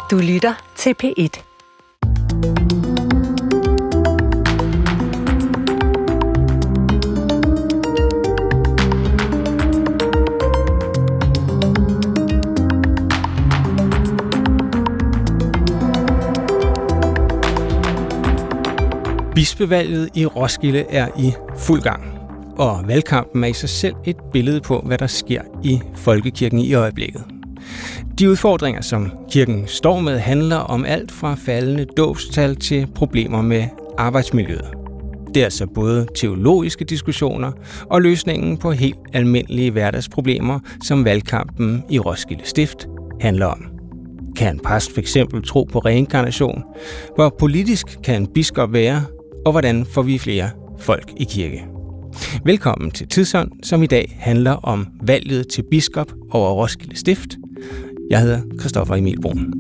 Du lytter til P1. Bispevalget i Roskilde er i fuld gang, og valgkampen er i sig selv et billede på, hvad der sker i folkekirken i øjeblikket. De udfordringer, som kirken står med, handler om alt fra faldende dåbstal til problemer med arbejdsmiljøet. Det er altså både teologiske diskussioner og løsningen på helt almindelige hverdagsproblemer, som valgkampen i Roskilde Stift handler om. Kan en præst f.eks. tro på reinkarnation? Hvor politisk kan en biskop være? Og hvordan får vi flere folk i kirke? Velkommen til Tidsånd, som i dag handler om valget til biskop over Roskilde Stift. Jeg hedder Christoffer Emil Brun.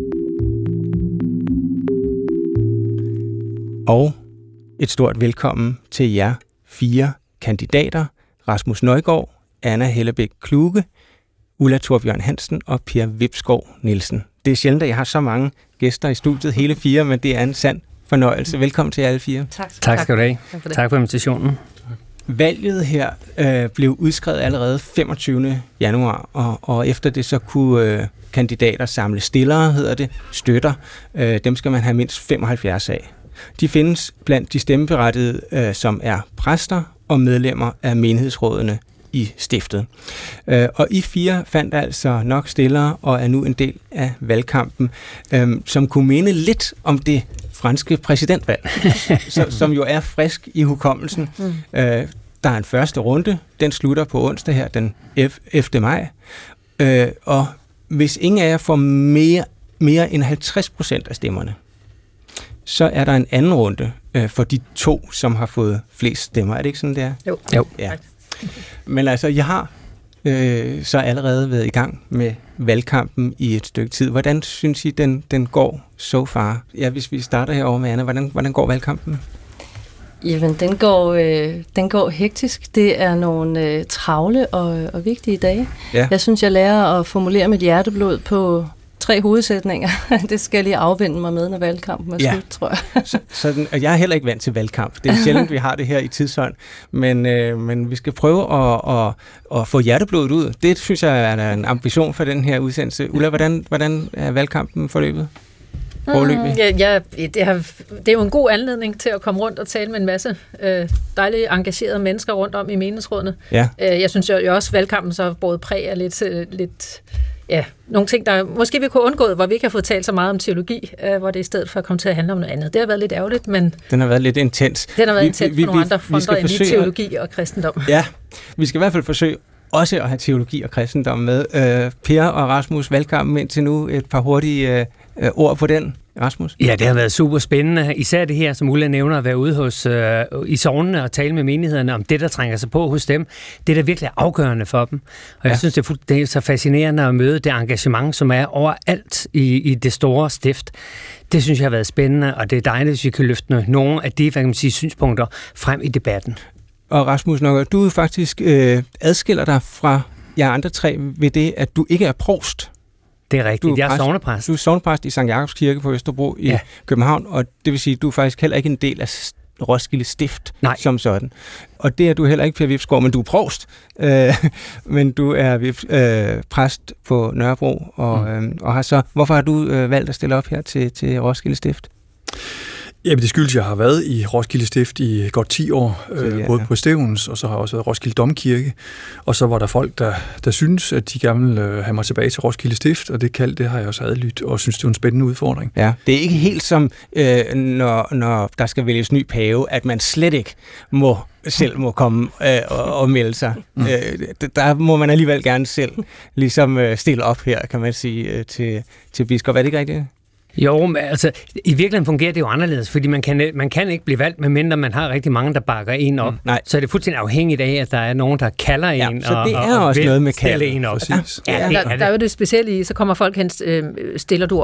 Og et stort velkommen til jer 4 kandidater. Rasmus Nøjgaard, Anna Hellebæk Kluge, Ulla Torbjørn Hansen og Per Vipskov Nielsen. Det er sjældent, at jeg har så mange gæster i studiet, hele 4, men det er en sand fornøjelse. Velkommen til alle 4. Tak skal du have. Tak for invitationen. Valget her blev udskrevet allerede 25. januar, og efter det så kunne kandidater samle stillere, hedder det, støtter. Dem skal man have mindst 75 af. De findes blandt de stemmeberettigede, som er præster og medlemmer af menighedsrådene i stiftet. Og I 4 fandt altså nok stillere og er nu en del af valgkampen, som kunne minde lidt om det franske præsidentvalg, som jo er frisk i hukommelsen. Der er en første runde, den slutter på onsdag her, den 11. maj, og hvis ingen af jer får mere end 50% af stemmerne, så er der en anden runde for de 2, som har fået flest stemmer. Er det ikke sådan, det er? Jo. Ja. Men altså, jeg har så allerede været i gang med valgkampen i et stykke tid. Hvordan synes I, den går so far? Ja, hvis vi starter herovre med Anna, hvordan går valgkampen? Jamen, den går hektisk. Det er nogle travle og vigtige dage. Ja. Jeg synes, jeg lærer at formulere mit hjerteblod på 3 hovedsætninger. Det skal jeg lige afvende mig med, når valgkampen er slut, tror jeg. Og jeg er heller ikke vant til valgkamp. Det er sjældent, vi har det her i Tidsånd. Men vi skal prøve at få hjerteblodet ud. Det synes jeg er en ambition for den her udsendelse. Ulla, hvordan er valgkampen forløbet? Det er jo en god anledning til at komme rundt og tale med en masse dejlige, engagerede mennesker rundt om i menighedsrådene. Ja. Jeg synes jo også, at valgkampen så både præg af lidt nogle ting, der måske vi kunne undgået, hvor vi ikke har fået talt så meget om teologi, hvor det i stedet for at komme til at handle om noget andet. Det har været lidt ærgerligt, men... Den har været lidt intens. Den har været intens på nogle andre fronter end lige teologi og kristendom. Ja, vi skal i hvert fald forsøge også at have teologi og kristendom med. Per og Rasmus, valgkampen indtil nu. Et par hurtige ord på den. Rasmus? Ja, det har været super spændende. Især det her, som Ulla nævner, at være ude i sognene og tale med menighederne om det, der trænger sig på hos dem. Det er da virkelig afgørende for dem. Og jeg synes, det er så fascinerende at møde det engagement, som er overalt i det store stift. Det synes jeg har været spændende, og det er dejligt, hvis vi kan løfte nogle af de, hvad kan man sige, synspunkter frem i debatten. Og Rasmus, når du faktisk adskiller dig fra jer andre 3 ved det, at du ikke er provst. Det er rigtigt. Jeg er sognepræst. Du er sognepræst i Sankt Jakobs Kirke på Østerbro i København, og det vil sige, at du er faktisk heller ikke en del af Roskilde Stift som sådan. Og det er du heller ikke, Per Vipskov, men du er provst. Men du er præst på Nørrebro, og har så... Hvorfor har du valgt at stille op her til Roskilde Stift? Jamen, det skyldes, jeg har været i Roskilde Stift i godt 10 år, både på Stevens, og så har jeg også været Roskilde Domkirke. Og så var der folk, der synes, at de gerne vil have mig tilbage til Roskilde Stift, og det har jeg også adlydt, og synes, det er en spændende udfordring. Ja, det er ikke helt som, når der skal vælges ny pave, at man slet ikke selv må komme og melde sig. Der må man alligevel gerne selv ligesom stille op her, kan man sige, til biskop. Er det ikke rigtigt? Jo, men altså, i virkeligheden fungerer det jo anderledes, fordi man kan ikke blive valgt, medmindre man har rigtig mange, der bakker en op. Så er det fuldstændig afhængigt af, at der er nogen, der kalder en, så det er også noget med kalde en op. Der er jo det specielle i, så kommer folk hen, stiller du op,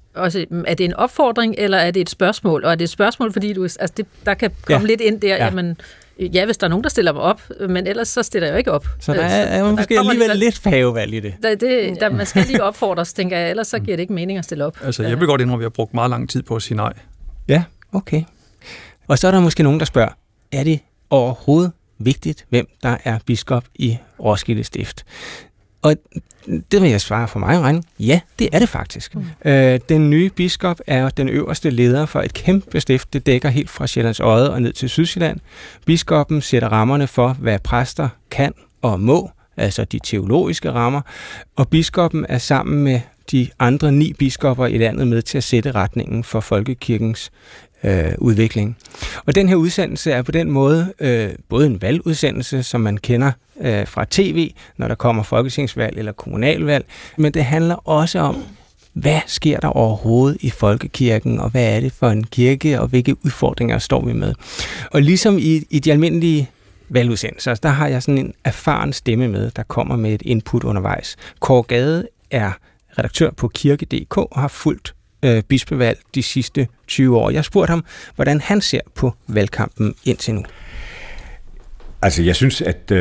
også, er det en opfordring, eller er det et spørgsmål? Og er det et spørgsmål, fordi der kan komme lidt ind der, jamen, ja, hvis der er nogen, der stiller mig op, men ellers så stiller jeg jo ikke op. Så der er måske alligevel lidt pavevalg i det. Man skal lige opfordres, tænker jeg, ellers så giver det ikke mening at stille op. Altså, jeg vil godt indrømme, at vi har brugt meget lang tid på at sige nej. Ja, okay. Og så er der måske nogen, der spørger, er det overhovedet vigtigt, hvem der er biskop i Roskilde Stift? Og det vil jeg svare for mig, Reine. Ja, det er det faktisk. Den nye biskop er den øverste leder for et kæmpe stift. Det dækker helt fra Sjællands Odde og ned til Sydsjælland. Biskoppen sætter rammerne for, hvad præster kan og må, altså de teologiske rammer. Og biskoppen er sammen med de andre 9 biskopper i landet med til at sætte retningen for folkekirkens udvikling. Og den her udsendelse er på den måde både en valgudsendelse, som man kender fra tv, når der kommer folketingsvalg eller kommunalvalg, men det handler også om, hvad sker der overhovedet i folkekirken, og hvad er det for en kirke, og hvilke udfordringer står vi med. Og ligesom i de almindelige valgudsendelser, der har jeg sådan en erfaren stemme med, der kommer med et input undervejs. Kåre Gade er redaktør på kirke.dk og har fulgt bispevalg de sidste 20 år. Jeg spurgte ham, hvordan han ser på valgkampen indtil nu. Altså, jeg synes, at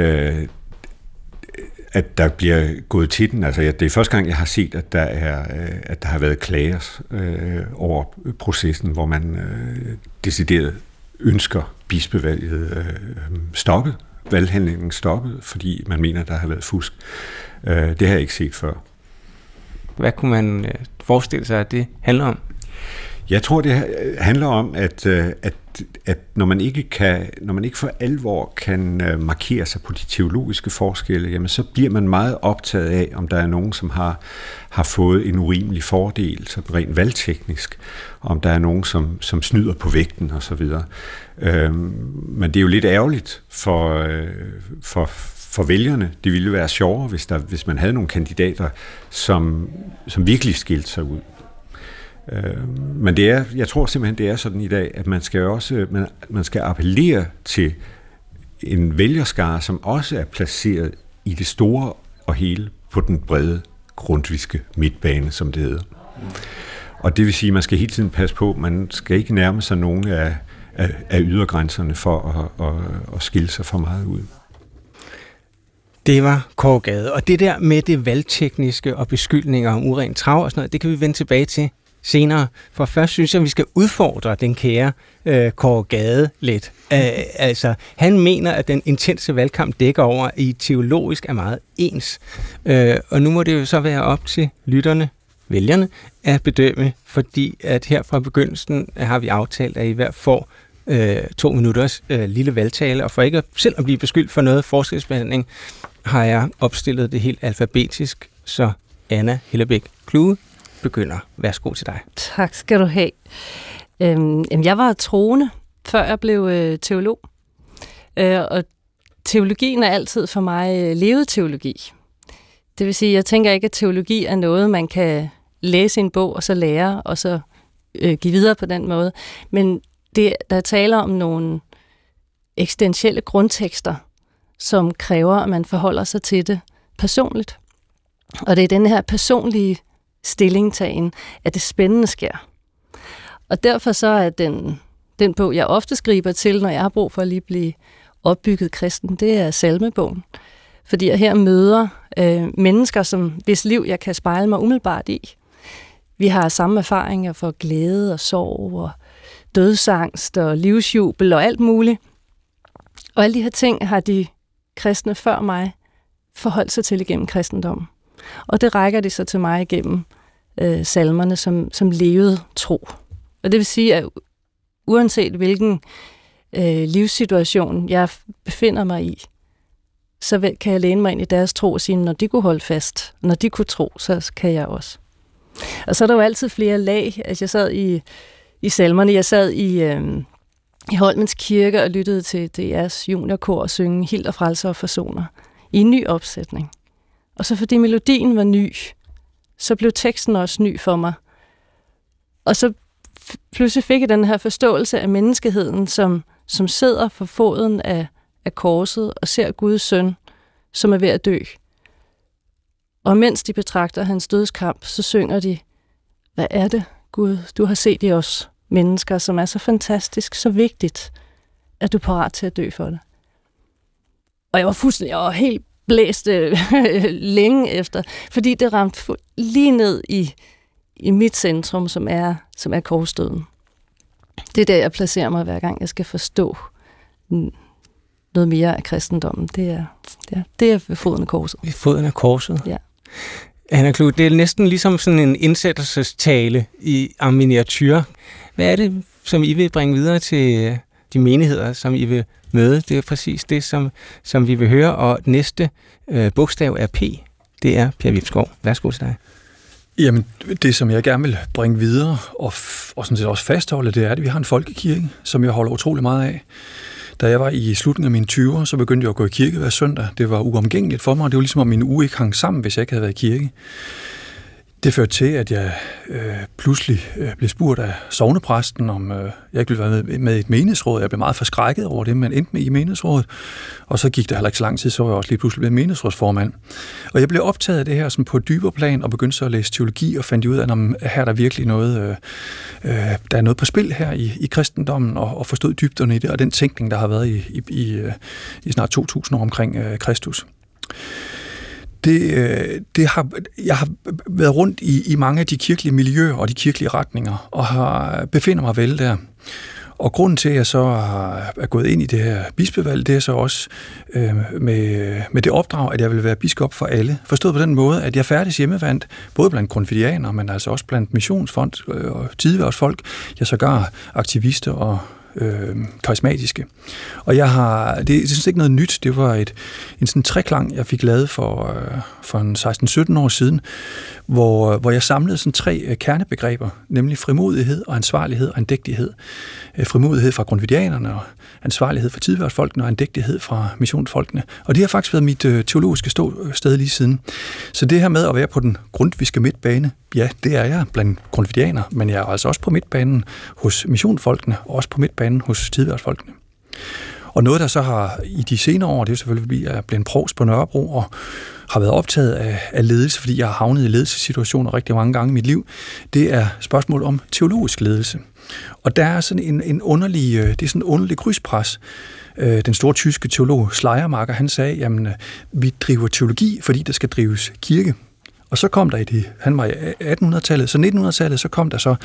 der bliver gået til den. Altså, det er første gang, jeg har set, at der har været klager over processen, hvor man decideret ønsker bispevalget stoppet, valghandlingen stoppet, fordi man mener, der har været fusk. Det har jeg ikke set før. Hvad kunne man forestille sig, at det handler om? Jeg tror, det handler om, at når man ikke for alvor kan markere sig på de teologiske forskelle, jamen så bliver man meget optaget af, om der er nogen, som har fået en urimelig fordel, så rent valgteknisk, om der er nogen, som snyder på vægten osv. Men det er jo lidt ærgerligt for vælgerne. Det ville være sjovere, hvis man havde nogle kandidater, som virkelig skilte sig ud. Men jeg tror simpelthen, det er sådan i dag, at man skal appellere til en vælgerskare, som også er placeret i det store og hele på den brede grundtviske midtbane, som det hedder. Og det vil sige, at man skal hele tiden passe på, man skal ikke nærme sig nogen af ydergrænserne for at skille sig for meget ud. Det var Kåre Gade. Og det der med det valgtekniske og beskyldninger om uren trav og sådan noget, det kan vi vende tilbage til senere. For først synes jeg, at vi skal udfordre den kære Kåre Gade lidt. Altså, han mener, at den intense valgkamp dækker over, at I teologisk er meget ens. Og nu må det jo så være op til lytterne, vælgerne, at bedømme, fordi at her fra begyndelsen har vi aftalt, at I hver får 2 minutters lille valgtale, og for ikke selv at blive beskyldt for noget forskelsbehandling, har jeg opstillet det helt alfabetisk, så Anna Hellebæk Klue begynder. Værsgo til dig. Tak skal du have. Jeg var troende, før jeg blev teolog. Og teologien er altid for mig levet teologi. Det vil sige, jeg tænker ikke, at teologi er noget, man kan læse i en bog, og så lære, og så give videre på den måde. Men der taler om nogle eksistentielle grundtekster, som kræver, at man forholder sig til det personligt. Og det er den her personlige stillingtagen, at det spændende sker. Og derfor så er den bog, jeg ofte skriver til, når jeg har brug for at lige blive opbygget kristen, det er salmebogen. Fordi jeg her møder mennesker, hvis liv jeg kan spejle mig umiddelbart i. Vi har samme erfaringer for glæde og sorg og dødsangst og livsjubel og alt muligt. Og alle de her ting har de kristne før mig forholdt sig til igennem kristendommen. Og det rækker de så til mig igennem salmerne som levet tro. Og det vil sige, at uanset hvilken livssituation jeg befinder mig i, så kan jeg læne mig ind i deres tro og sige, når de kunne holde fast, når de kunne tro, så kan jeg også. Og så er der jo altid flere lag. Altså jeg sad i salmerne, jeg sad i Holmens Kirke og lyttede til DR's juniorkor og synge Hild og Frelser og Forsoner i en ny opsætning. Og så fordi melodien var ny, så blev teksten også ny for mig. Og så pludselig fik jeg den her forståelse af menneskeheden, som sidder for foden af korset og ser Guds søn, som er ved at dø. Og mens de betragter hans dødskamp, så synger de, hvad er det, Gud, du har set i os mennesker, som er så fantastisk, så vigtigt, at du er parat til at dø for det. Og jeg var helt blæst længe efter, fordi det ramte lige ned i mit centrum, som er korsdøden. Det er der, jeg placerer mig, hver gang jeg skal forstå noget mere af kristendommen. Det er ved foden af korset. Ved foden af korset? Ja. Anna Clou, det er næsten ligesom sådan en indsættelsestale i miniatyr. Hvad er det, som I vil bringe videre til de menigheder, som I vil møde? Det er præcis det, som vi vil høre, og næste bogstav er P. Det er Per Vibskov. Værsgo til dig. Jamen, det som jeg gerne vil bringe videre, og sådan set også fastholde, det er, at vi har en folkekirke, som jeg holder utrolig meget af. Da jeg var i slutningen af mine 20'er, så begyndte jeg at gå i kirke hver søndag. Det var uomgængeligt for mig, det var ligesom, om min uge ikke hang sammen, hvis jeg ikke havde været i kirke. Det førte til, at jeg pludselig blev spurgt af sognepræsten, om jeg ikke ville være med i et menighedsråd. Jeg blev meget forskrækket over det, men endte med i menighedsrådet. Og så gik der heller ikke så lang tid, så var jeg også lige pludselig blevet menighedsrådsformand. Og jeg blev optaget af det her sådan på et dybere plan, og begyndte så at læse teologi, og fandt ud af, at her er der virkelig noget, der er noget på spil her i kristendommen, og forstod dybderne i det, og den tænkning, der har været i snart 2000 år omkring Kristus. Jeg har været rundt i mange af de kirkelige miljøer og de kirkelige retninger, og befinder mig vel der. Og grunden til, at jeg så er gået ind i det her bispevalg, det er så også med det opdrag, at jeg vil være biskop for alle. Forstået på den måde, at jeg færdes hjemmevandt, både blandt grundtvigianere, men altså også blandt missionsfolk og tideværdsfolk, jeg sågar aktivister og karismatiske. Og det er sådan ikke noget nyt. Det var en sådan treklang, jeg fik lavet for en 16-17 år siden, hvor jeg samlede sådan 3 kernebegreber, nemlig frimodighed og ansvarlighed og andægtighed. Frimodighed fra grundtvigianerne, og ansvarlighed fra tideværdsfolkene og andægtighed fra missionsfolkene. Og det har faktisk været mit teologiske ståsted lige siden. Så det her med at være på den grundtvigske midtbane, ja, det er jeg blandt grundtvigianere, men jeg er altså også på midtbanen hos missionsfolkene, og også på midtbanen hos tideværdsfolkene. Og noget, der så har i de senere år, det er selvfølgelig, fordi jeg er blevet provst på Nørrebro, og har været optaget af ledelse, fordi jeg har havnet i ledelsessituationer rigtig mange gange i mit liv, det er spørgsmål om teologisk ledelse. Og der er sådan en underlig krydspres. Den store tyske teolog Schleiermacher, han sagde, jamen, vi driver teologi, fordi der skal drives kirke. Og så kom der han var i 1800-tallet, så 1900-tallet, så kom der så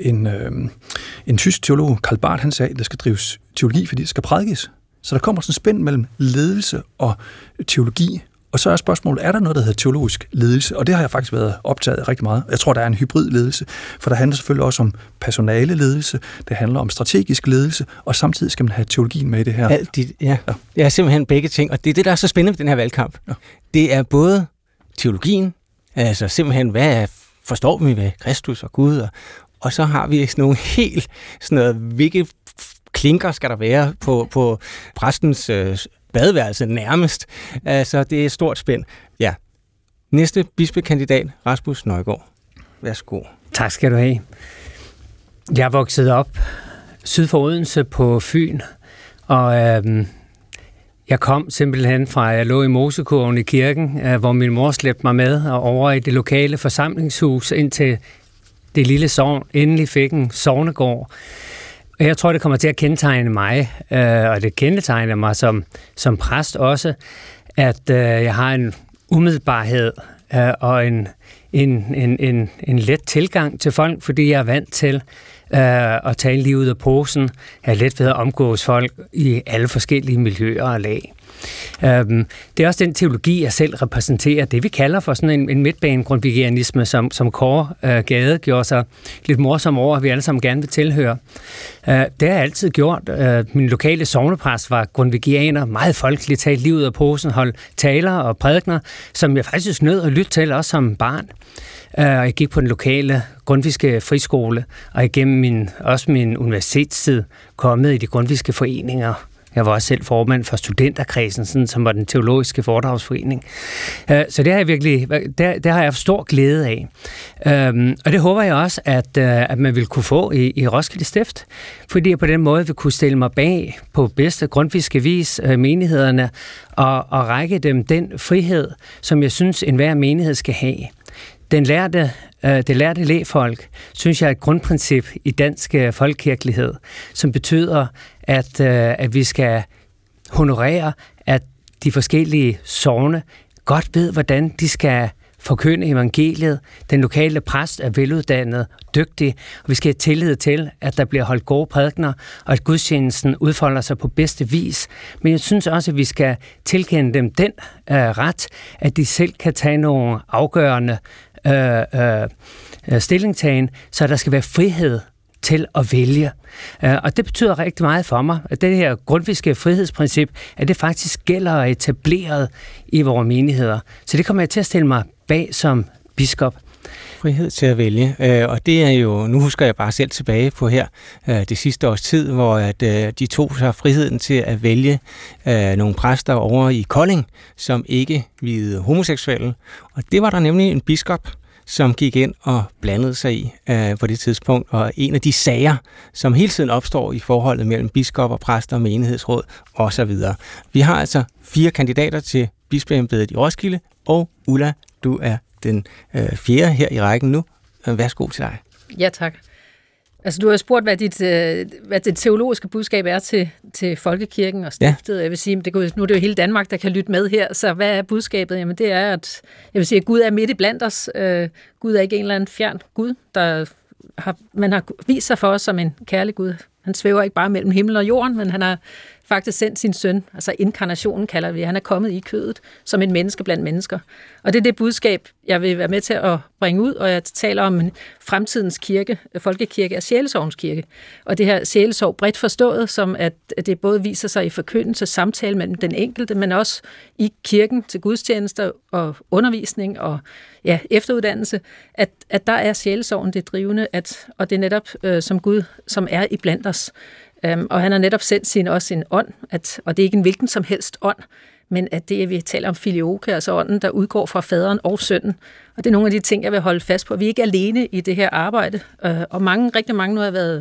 en tysk teolog, Karl Barth, han sagde, at der skal drives teologi, fordi det skal prædikes. Så der kommer sådan spænd mellem ledelse og teologi. Og så er spørgsmålet, er der noget, der hedder teologisk ledelse? Og det har jeg faktisk været optaget af rigtig meget. Jeg tror, der er en hybridledelse, for der handler selvfølgelig også om personaleledelse, det handler om strategisk ledelse, og samtidig skal man have teologien med i det her. Ja, det er simpelthen begge ting, og det er det, der er så spændende ved den her valgkamp. Ja. Det er både teologien, altså simpelthen, hvad forstår vi ved Kristus og Gud, og så har vi sådan noget, hvilke klinker skal der være på præstens badeværelse nærmest. Altså, det er et stort spænd. Ja. Næste bispekandidat, Rasmus Nøjgaard. Værsgo. Tak skal du have. Jeg er vokset op syd for Odense på Fyn, og jeg kom simpelthen fra, jeg lå i Mosekurven i kirken, hvor min mor slæbte mig med, og over i det lokale forsamlingshus, indtil det lille sogn endelig fik en sognegård. Og jeg tror, det kommer til at kendetegne mig, og det kendetegner mig som præst også, at jeg har en umiddelbarhed og en let tilgang til folk, fordi jeg er vant til at tale lige ud af posen. Jeg er let ved at omgås folk i alle forskellige miljøer og lag. Det er også den teologi, jeg selv repræsenterer, det vi kalder for sådan en midtbanegrundtvigianisme, som Kåre Gade gjorde sig lidt morsom over, at vi alle sammen gerne vil tilhøre. Det har jeg altid gjort. Min lokale sognepræst var grundtvigianer, meget folkeligt, talt livet af posen, holdt taler og prædikener, som jeg faktisk nød at lytte til, også som barn. Og jeg gik på den lokale grundtvigske friskole, og igennem min universitetstid kommet i de grundtvigske foreninger. Jeg var også selv formand for studenterkredsen, som var den teologiske foredragsforening. Så det har jeg virkelig, det har jeg stor glæde af. Og det håber jeg også, at man vil kunne få i Roskilde Stift, fordi jeg på den måde vil kunne stille mig bag på bedste grundtvigske vis menighederne og række dem den frihed, som jeg synes enhver menighed skal have. det lærte lægfolk, synes jeg er et grundprincip i dansk folkekirkelighed, som betyder, at vi skal honorere, at de forskellige sogne godt ved, hvordan de skal forkynde evangeliet. Den lokale præst er veluddannet, dygtig, og vi skal have tillid til, at der bliver holdt gode prædikener, og at gudstjenesten udfolder sig på bedste vis. Men jeg synes også, at vi skal tilkende dem den ret, at de selv kan tage nogle afgørende stillingtagen, så der skal være frihed til at vælge. Og det betyder rigtig meget for mig, at det her grundtvigske frihedsprincip, at det faktisk gælder og etableret i vores menigheder. Så det kommer jeg til at stille mig bag som biskop. Frihed til at vælge, og det er jo, nu husker jeg bare selv tilbage på her det sidste års tid, hvor at, de tog sig friheden til at vælge nogle præster over i Kolding, som ikke viede homoseksuelle, og det var der nemlig en biskop, som gik ind og blandede sig i på det tidspunkt, og en af de sager, som hele tiden opstår i forholdet mellem biskopper, præster, menighedsråd osv. Vi har altså 4 kandidater til bispeembedet i Roskilde, og Ulla, du er den 4. her i rækken nu. Værsgo til dig. Ja, tak. Altså, du har spurgt, hvad det teologiske budskab er til folkekirken og stiftet. Ja. Jeg vil sige, nu er det jo hele Danmark, der kan lytte med her, så hvad er budskabet? Jamen, det er, at Gud er midt i blandt os. Gud er ikke en eller anden fjern Gud, man har vist sig for os som en kærlig Gud. Han svæver ikke bare mellem himmel og jorden, men han har faktisk sendt sin søn, altså inkarnationen kalder vi. Han er kommet i kødet som en menneske blandt mennesker. Og det er det budskab, jeg vil være med til at bringe ud, og jeg taler om fremtidens kirke, folkekirke er sjælesorgens kirke. Og det her sjælesorg bredt forstået, som at det både viser sig i forkyndelse, samtale mellem den enkelte, men også i kirken til gudstjenester og undervisning og efteruddannelse, at der er sjælesorgen det drivende, og det er netop som Gud, som er i blandt os. Og han har netop sendt sin ånd, og det er ikke en hvilken som helst ånd, men at det, vi taler om filioque, altså ånden, der udgår fra faderen og sønnen. Og det er nogle af de ting, jeg vil holde fast på. Vi er ikke alene i det her arbejde, og rigtig mange nu har været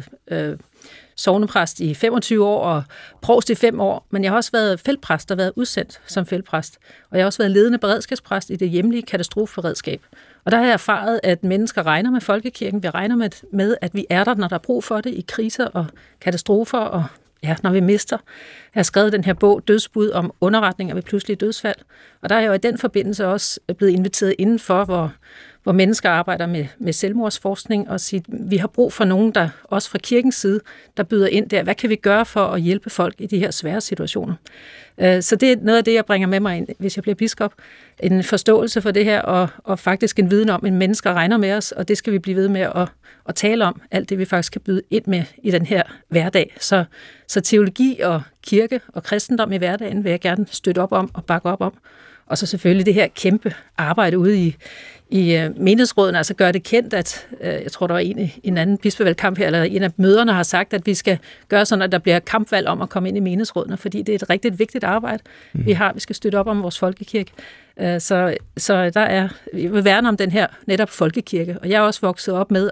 sognepræst i 25 år og provst i 5 år, men jeg har også været feltpræst og været udsendt som feltpræst. Og jeg har også været ledende beredskabspræst i det hjemlige katastrofeberedskab. Og der har jeg erfaret, at mennesker regner med folkekirken. Vi regner med, at vi er der, når der er brug for det, i kriser og katastrofer, og når vi mister. Jeg har skrevet den her bog, Dødsbud, om underretninger ved pludselige dødsfald. Og der er jeg jo i den forbindelse også blevet inviteret indenfor, hvor mennesker arbejder med selvmordsforskning, og siger, vi har brug for nogen, der også fra kirkens side, der byder ind der. Hvad kan vi gøre for at hjælpe folk i de her svære situationer? Så det er noget af det, jeg bringer med mig ind, hvis jeg bliver biskop. En forståelse for det her, og faktisk en viden om, at mennesker regner med os, og det skal vi blive ved med at tale om, alt det vi faktisk kan byde ind med i den her hverdag. Så teologi og kirke og kristendom i hverdagen vil jeg gerne støtte op om og bakke op om. Og så selvfølgelig det her kæmpe arbejde ude i menighedsrådene, altså gøre det kendt, at jeg tror, der var en anden bispevalgkamp her, eller en af møderne har sagt, at vi skal gøre sådan, at der bliver kampvalg om at komme ind i menighedsrådene, fordi det er et rigtig vigtigt arbejde, vi skal støtte op om vores folkekirke. Så der er, vi vil værne om den her netop folkekirke, og jeg er også vokset op med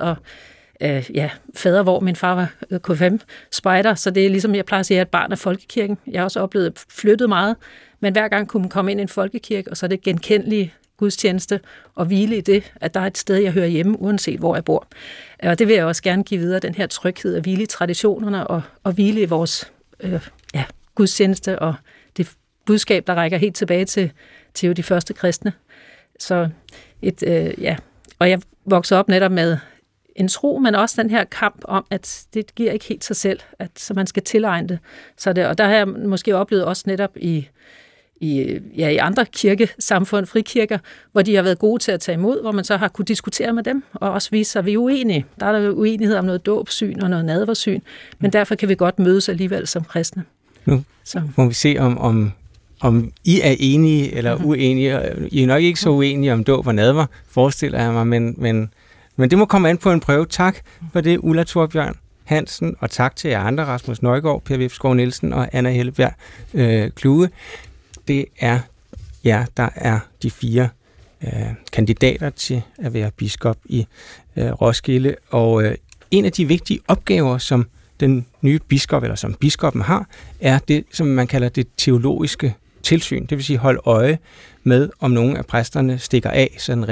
fader, hvor min far var KFM-spejder, så det er ligesom, jeg plejer at sige, at barn af folkekirken. Jeg har også oplevet flyttet meget, men hver gang kunne man komme ind i en folkekirke, og så er det genkendelige gudstjeneste og hvile i det, at der er et sted, jeg hører hjemme, uanset hvor jeg bor. Og det vil jeg også gerne give videre, den her tryghed og hvile i traditionerne og hvile i vores gudstjeneste og det budskab, der rækker helt tilbage til jo de første kristne. Så og jeg voksede op netop med en tro, men også den her kamp om, at det giver ikke helt sig selv, så man skal tilegne det. Og der har jeg måske oplevet også netop i andre kirkesamfund, frikirker, hvor de har været gode til at tage imod, hvor man så har kunne diskutere med dem, og også vise sig, at vi er uenige. Der er uenighed om noget dåbssyn og noget nadversyn, men derfor kan vi godt mødes alligevel som kristne. Nu må vi se, om I er enige eller uenige. I er nok ikke så uenige om dåb og nadver, forestiller jeg mig, men det må komme an på en prøve. Tak for det, Ulla Thorbjørn Hansen, og tak til jer andre, Rasmus Nøjgaard, Per Vipskov Nielsen og Anna Hellebjerg Kluge. Det er der er de 4 kandidater til at være biskop i Roskilde, og en af de vigtige opgaver, som den nye biskop, eller som biskoppen har, er det, som man kalder det teologiske tilsyn. Det vil sige holde øje med, om nogle af præsterne stikker af sådan rent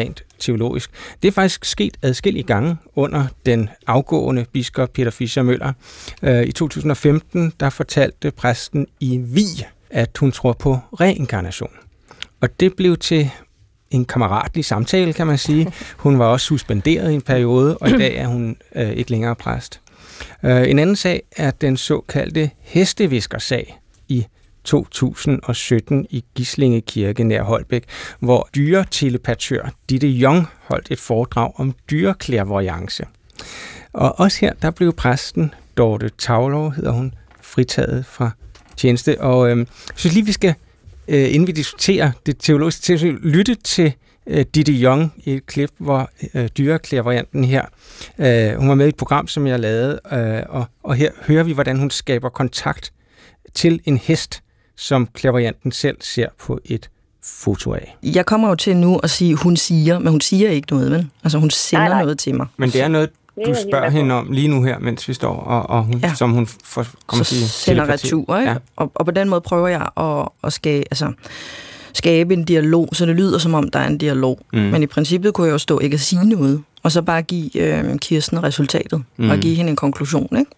teologisk. Det er faktisk sket adskillige gange under den afgående biskop Peter Fischer-Møller. I 2015, der fortalte præsten i Vig, at hun tror på reinkarnation. Og det blev til en kammeratlig samtale, kan man sige. Hun var også suspenderet i en periode, og i dag er hun ikke længere præst. En anden sag er den såkaldte hesteviskersag i 2017 i Gislinge Kirke nær Holbæk, hvor dyreteleportør Ditte Jong holdt et foredrag om dyreklærvoyance. Og også her, der blev præsten, Dorte Tavlov hedder hun, fritaget fra tjeneste. Og jeg synes lige, vi skal, inden vi diskuterer det teologiske, lytte til Ditte Jong i et klip, hvor dyreklærvoyanten her, hun var med i et program, som jeg lavede, og her hører vi, hvordan hun skaber kontakt til en hest, som klærvoyanten selv ser på et foto af. Jeg kommer jo til nu at sige, hun siger, men hun siger ikke noget, vel? Altså hun sender noget til mig. Men det er noget, du spørger hende om lige nu her, mens vi står, og hun, som hun kommer til at sender retur, ikke? Ja. Og på den måde prøver jeg at skabe en dialog, så det lyder som om, der er en dialog. Men i princippet kunne jeg jo stå ikke at sige noget, og så bare give Kirsten resultatet, og give hende en konklusion, ikke?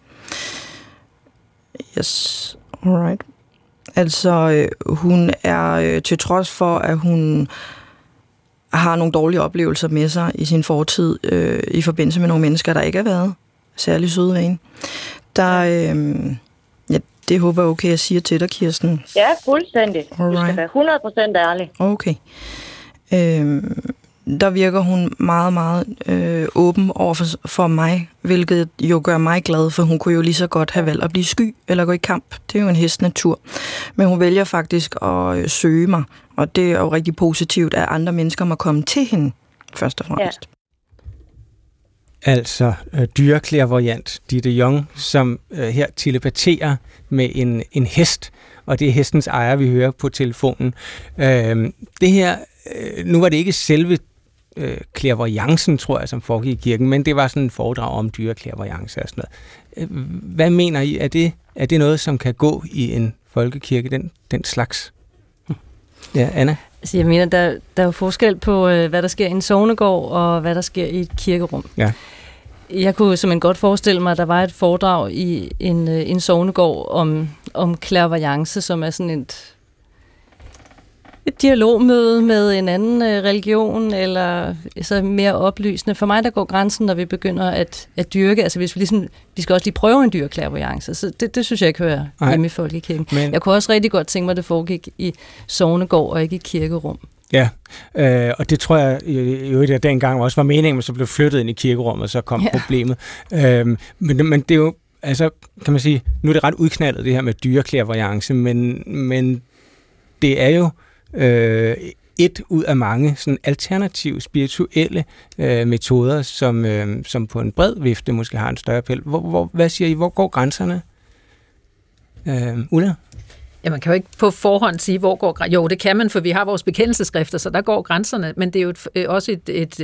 Yes, alright. Altså, hun er til trods for, at hun har nogle dårlige oplevelser med sig i sin fortid, i forbindelse med nogle mennesker, der ikke har været særlig søde ved hende. Det håber jeg okay, jeg siger til dig, Kirsten. Ja, fuldstændig. Du skal være 100% ærlig. Okay. Der virker hun meget, meget åben over for mig, hvilket jo gør mig glad, for hun kunne jo lige så godt have valgt at blive sky eller gå i kamp. Det er jo en hest natur. Men hun vælger faktisk at søge mig, og det er jo rigtig positivt, at andre mennesker må komme til hende, først og fremmest. Ja. Altså dyreklærvoyant Ditte Jong, som her telepaterer med en hest, og det er hestens ejer, vi hører på telefonen. Det her, nu var det ikke selve klærvoyancen, tror jeg, som foregik i kirken, men det var sådan en foredrag om dyreklærvoyance og sådan noget. Hvad mener I? Er det noget, som kan gå i en folkekirke, den slags? Ja, Anna? Altså, jeg mener, der er jo forskel på, hvad der sker i en sognegård, og hvad der sker i et kirkerum. Ja. Jeg kunne simpelthen godt forestille mig, at der var et foredrag i en sognegård om klærvoyance, som er sådan et dialogmøde med en anden religion, eller så mere oplysende. For mig, der går grænsen, når vi begynder at dyrke. Altså, hvis vi skal også lige prøve en dyrklærvoyance. Så det synes jeg ikke hører hjemme i folkekirken. Men jeg kunne også rigtig godt tænke mig, at det foregik i sognegård og ikke i kirkerum. Ja, og det tror jeg jo ikke, at dengang også var meningen, men så blev flyttet ind i kirkerummet, og så kom problemet. Men det er jo, altså, kan man sige, nu er det ret udknaldet, det her med dyreklærvoyance, men det er jo et ud af mange sådan alternative spirituelle metoder, som på en bred vifte måske har en større appel. Hvad siger I? Hvor går grænserne? Ulla? Ja, man kan jo ikke på forhånd sige, hvor går grænserne. Jo, det kan man, for vi har vores bekendelsesskrifter, så der går grænserne, men det er jo også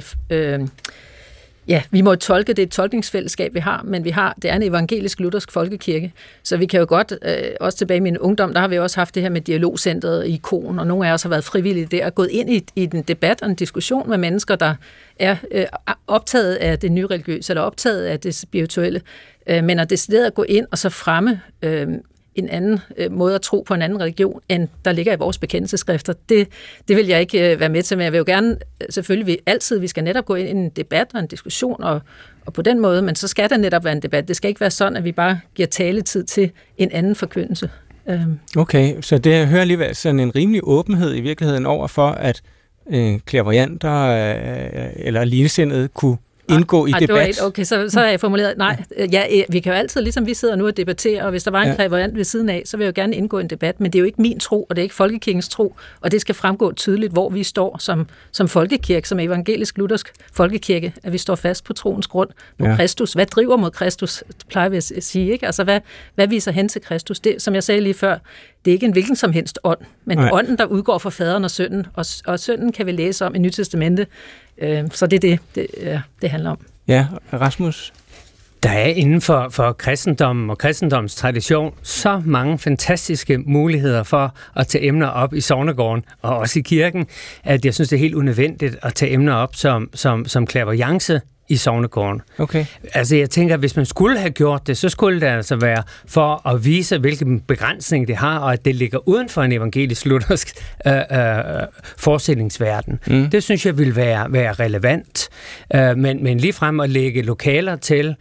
vi må tolke, det er et tolkningsfællesskab, vi har, men det er en evangelisk-luthersk folkekirke, så vi kan jo godt, også tilbage i min ungdom, der har vi også haft det her med dialogcentret i Ikon, og nogle af os har været frivillige der, og gået ind i en debat og en diskussion med mennesker, der er optaget af det nyreligiøse, eller optaget af det spirituelle, men at det er at gå ind og så fremme en anden måde at tro på en anden religion, end der ligger i vores bekendelsesskrifter. Det vil jeg ikke være med til, men jeg vil jo gerne, selvfølgelig vi skal netop gå ind i en debat og en diskussion, og på den måde, men så skal der netop være en debat. Det skal ikke være sådan, at vi bare giver taletid til en anden forkyndelse. Okay, så det hører alligevel sådan en rimelig åbenhed i virkeligheden over for, at klærvoyanter eller ligesindede kunne indgå i debat. Okay, så har jeg formuleret, vi kan jo altid, ligesom vi sidder nu og debatterer, og hvis der var en klærvoyant ved siden af, så vil jeg jo gerne indgå i en debat, men det er jo ikke min tro, og det er ikke folkekirkens tro, og det skal fremgå tydeligt, hvor vi står som folkekirke, som evangelisk-luthersk folkekirke, at vi står fast på troens grund på Kristus. Hvad driver mod Kristus, plejer vi at sige, ikke? Altså, hvad viser hen til Kristus? Det, som jeg sagde lige før, det er ikke en hvilken som helst ånd, men ånden, der udgår fra faderen og sønnen, og sønnen kan vi læse om i Nyt Testamente. Så det er det handler om. Ja, Rasmus? Der er inden for kristendommen og kristendommens tradition så mange fantastiske muligheder for at tage emner op i sognegården og også i kirken, at jeg synes, det er helt unødvendigt at tage emner op som clairvoyance i sognegården. Okay. Altså jeg tænker, at hvis man skulle have gjort det, så skulle det altså være for at vise, hvilken begrænsning det har, og at det ligger uden for en evangelisk-luthersk forestillingsverden. Det synes jeg vil være relevant. Men ligefrem at lægge lokaler til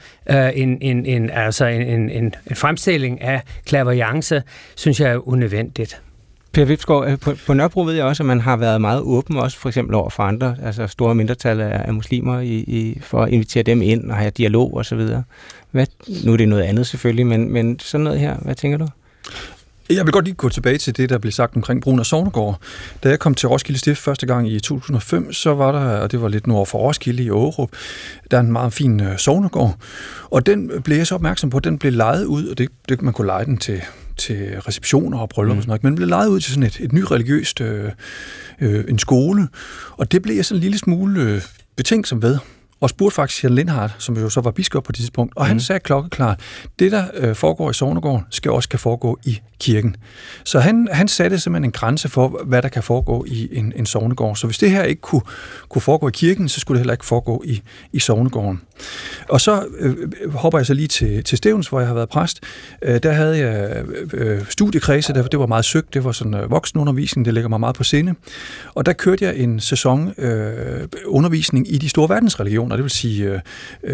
en fremstilling af clairvoyance, synes jeg er unødvendigt. Per Vibsgaard, på Nørrebro ved jeg også, at man har været meget åben, også for eksempel over for andre, altså store mindretal af muslimer, for at invitere dem ind og have dialog og så videre. Nu er det noget andet selvfølgelig, men sådan noget her, hvad tænker du? Jeg vil godt lige gå tilbage til det, der blev sagt omkring Brun og Sognegård. Da jeg kom til Roskilde Stift første gang i 2005, så var der, og det var lidt nord for Roskilde i Aarup, der er en meget fin sognegård, og den blev jeg så opmærksom på, at den blev lejet ud, og det man kunne leje den til receptioner og bryllup og sådan noget, men blev lejet ud til sådan et ny religiøst en skole, og det blev jeg sådan en lille smule betænksom ved. Og spurgte faktisk Jan Lindhardt, som jo så var biskop på det tidspunkt, og han sagde klokkeklart, det der foregår i sognegården, skal også kan foregå i kirken. Så han satte simpelthen en grænse for, hvad der kan foregå i en sognegård. Så hvis det her ikke kunne foregå i kirken, så skulle det heller ikke foregå i sognegården. Og så hopper jeg så lige til Stevns, hvor jeg har været præst. Der havde jeg studiekredse, det var meget søgt, det var sådan voksenundervisning, det ligger mig meget på sinde. Og der kørte jeg en sæson undervisning i de store verdensreligioner, det vil sige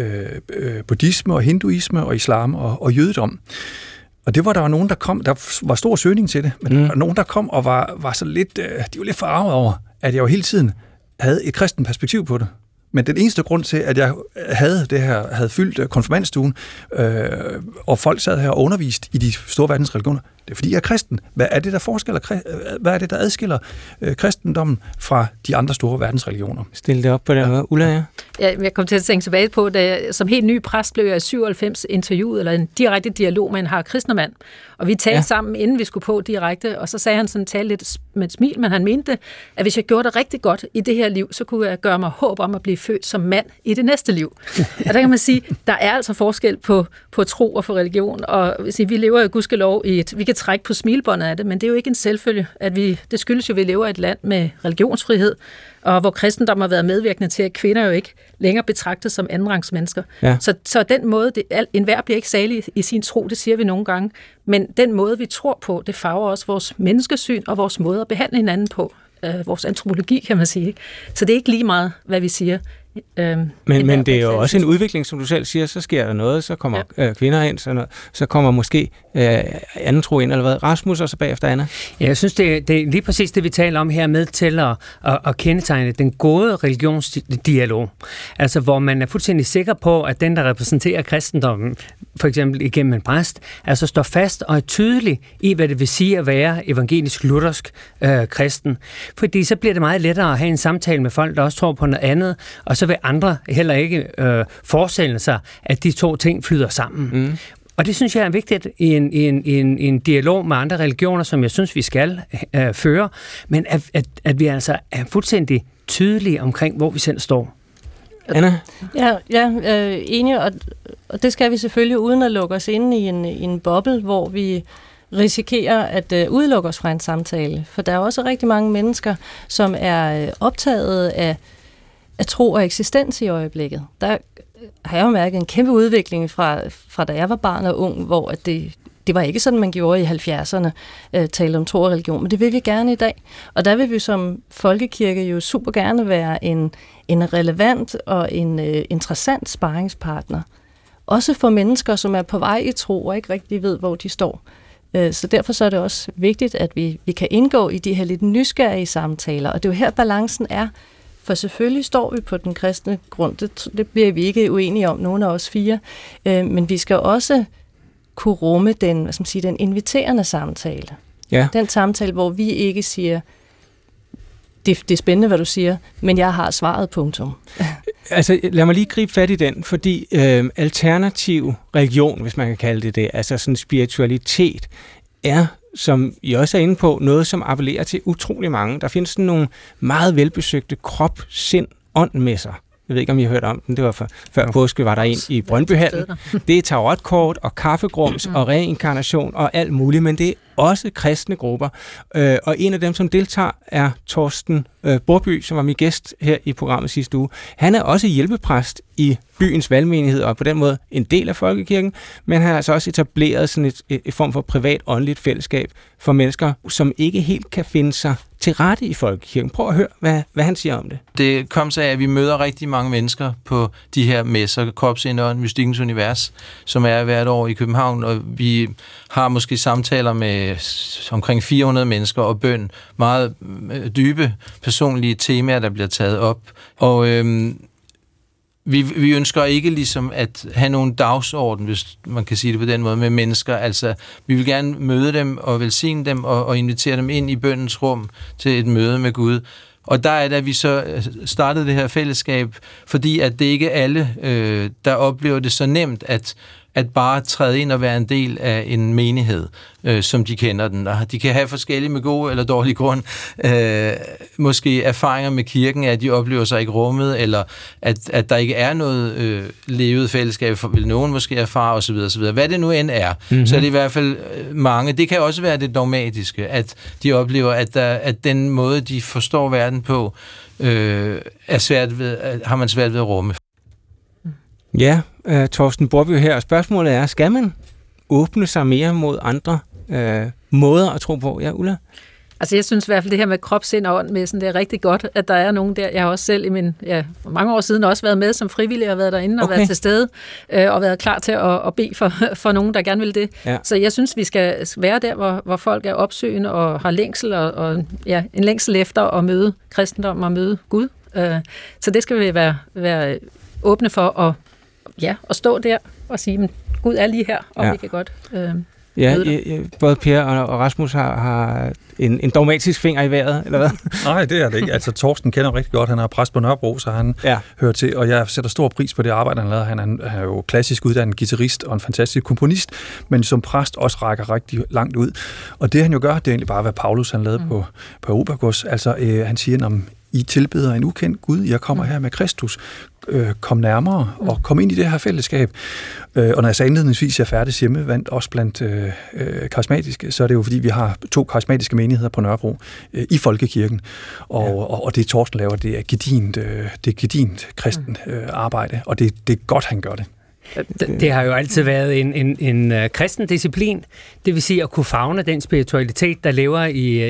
buddhisme og hinduisme og islam og jødedom. Og det var der nogen, der kom, der var stor søgning til det, men der var nogen, der kom og var så lidt, de var lidt forarvet over, at jeg jo hele tiden havde et kristent perspektiv på det. Men den eneste grund til, at jeg havde fyldt konfirmandstuen, og folk sad her og undervist i de store verdensreligioner, det er fordi, jeg er kristen. Hvad er det, der adskiller kristendommen fra de andre store verdensreligioner? Stil det op på den måde. Ulla, ja, jeg kom til at tænke tilbage på, da jeg som helt ny præst blev jeg i 97 interviewet, eller en direkte dialog med en Harald Kristnermand. Og vi talte sammen, inden vi skulle på direkte, og så sagde han sådan, tale lidt med et smil, men han mente, at hvis jeg gjorde det rigtig godt i det her liv, så kunne jeg gøre mig håb om at blive født som mand i det næste liv. Og der kan man sige, der er altså forskel på tro og for religion, og vi lever jo gudskelov i vi kan trække på smilbåndet af det, men det er jo ikke en selvfølge, det skyldes jo, at vi lever i et land med religionsfrihed, og hvor kristendom har været medvirkende til, at kvinder jo ikke længere betragtes som andenrangsmennesker. Ja. Så den måde, enhver bliver ikke salig i sin tro, det siger vi nogle gange, men den måde, vi tror på, det farver også vores menneskesyn og vores måde at behandle hinanden på. Vores antropologi, kan man sige. Så det er ikke lige meget, hvad vi siger. Men det er jo også en udvikling, som du selv siger, så sker der noget, så kommer kvinder ind, så kommer måske anden tro ind, eller hvad? Rasmus, og så bagefter Anna? Ja, jeg synes, det er lige præcis det, vi taler om her med til at kendetegne den gode religionsdialog. Altså, hvor man er fuldstændig sikker på, at den, der repræsenterer kristendommen, for eksempel igennem en præst, altså står fast og er tydelig i, hvad det vil sige at være evangelisk-luthersk kristen. Fordi så bliver det meget lettere at have en samtale med folk, der også tror på noget andet, og så vil andre heller ikke forestille sig, at de to ting flyder sammen. Og det synes jeg er vigtigt i en dialog med andre religioner, som jeg synes, vi skal føre, men at vi altså er fuldstændig tydelige omkring, hvor vi selv står. Anna? Ja, enig, og det skal vi selvfølgelig uden at lukke os inde i en boble, hvor vi risikerer at udelukke os fra en samtale. For der er også rigtig mange mennesker, som er optaget af tro og eksistens i øjeblikket. Der har jeg jo mærket en kæmpe udvikling fra da jeg var barn og ung, hvor at det var ikke sådan, man gjorde i 70'erne, tale om tro og religion, men det vil vi gerne i dag. Og der vil vi som folkekirke jo super gerne være en relevant og en interessant sparringspartner. Også for mennesker, som er på vej i tro og ikke rigtig ved, hvor de står. Så derfor så er det også vigtigt, at vi kan indgå i de her lidt nysgerrige samtaler, og det er jo her balancen er. For selvfølgelig står vi på den kristne grund, det bliver vi ikke uenige om, nogen af os fire, men vi skal også kunne rumme den inviterende samtale. Ja. Den samtale, hvor vi ikke siger, det er spændende, hvad du siger, men jeg har svaret, punktum. Altså, lad mig lige gribe fat i den, fordi alternativ religion, hvis man kan kalde det, altså sådan spiritualitet, er, som I også er inde på, noget, som appellerer til utrolig mange. Der findes sådan nogle meget velbesøgte krop, sind, ånd med sig. Jeg ved ikke, om I har hørt om den. Det var før påske, var der en i Brøndbyhallen. Det er tarotkort og kaffegrums og reinkarnation og alt muligt, men det er også kristne grupper. Og en af dem, som deltager, er Torsten Borby, som var min gæst her i programmet sidste uge. Han er også hjælpepræst i byens valgmenighed, og på den måde en del af folkekirken, men han har altså også etableret sådan et form for privat åndeligt fællesskab for mennesker, som ikke helt kan finde sig til rette i folkekirken. Prøv at høre, hvad han siger om det. Det kom så af, at vi møder rigtig mange mennesker på de her messer, Kropsind og Mystikkens Univers, som er hvert år i København, og vi har måske samtaler med omkring 400 mennesker og bøn. Meget dybe, personlige temaer, der bliver taget op. Og vi ønsker ikke ligesom at have nogen dagsorden, hvis man kan sige det på den måde, med mennesker. Altså, vi vil gerne møde dem og velsigne dem og invitere dem ind i bønnens rum til et møde med Gud. Og der er det, at vi så startede det her fællesskab, fordi at det ikke er alle, der oplever det så nemt, at bare træde ind og være en del af en menighed, som de kender den. De kan have forskellige med god eller dårlig grund. Måske erfaringer med kirken, at de oplever sig ikke rummet, eller at der ikke er noget levet fællesskab, vil nogen måske erfare osv. osv. Hvad det nu end er, så er det i hvert fald mange. Det kan også være det dogmatiske, at de oplever, at den måde, de forstår verden på, har man svært ved at rumme. Ja, Torsten Borby her, og spørgsmålet er, skal man åbne sig mere mod andre måder at tro på? Ja, Ulla? Altså jeg synes i hvert fald det her med krop, sind og ånd med, sådan, det er rigtig godt, at der er nogen der. Jeg har også selv for mange år siden også været med som frivillig og været derinde og været til stede og været klar til at bede for nogen, der gerne vil det. Ja. Så jeg synes, vi skal være der, hvor folk er opsøgende og har længsel og en længsel efter at møde kristendom og møde Gud. Så det skal vi være åbne for at stå der og sige, at Gud er lige her, og vi kan godt både Per og Rasmus har en dogmatisk finger i vejret, eller hvad? Nej, det er det ikke. Altså, Torsten kender rigtig godt. Han er præst på Nørrebro, så han hører til, og jeg sætter stor pris på det arbejde, han laver. Han er jo klassisk uddannet guitarist og en fantastisk komponist, men som præst også rækker rigtig langt ud. Og det han jo gør, det er egentlig bare, hvad Paulus han lavede på Areopagus. Altså, han siger, om I tilbeder en ukendt Gud, jeg kommer her med Kristus. Kom nærmere og kom ind i det her fællesskab. Og når jeg så indledningsvis er færdig hjemmevandt, også blandt karismatiske, så er det jo fordi, vi har 2 karismatiske menigheder på Nørrebro i folkekirken. Og det Torsten laver, det er gedint kristen arbejde, og det er godt, han gør det. Det har jo altid været en kristen disciplin, det vil sige at kunne favne den spiritualitet, der lever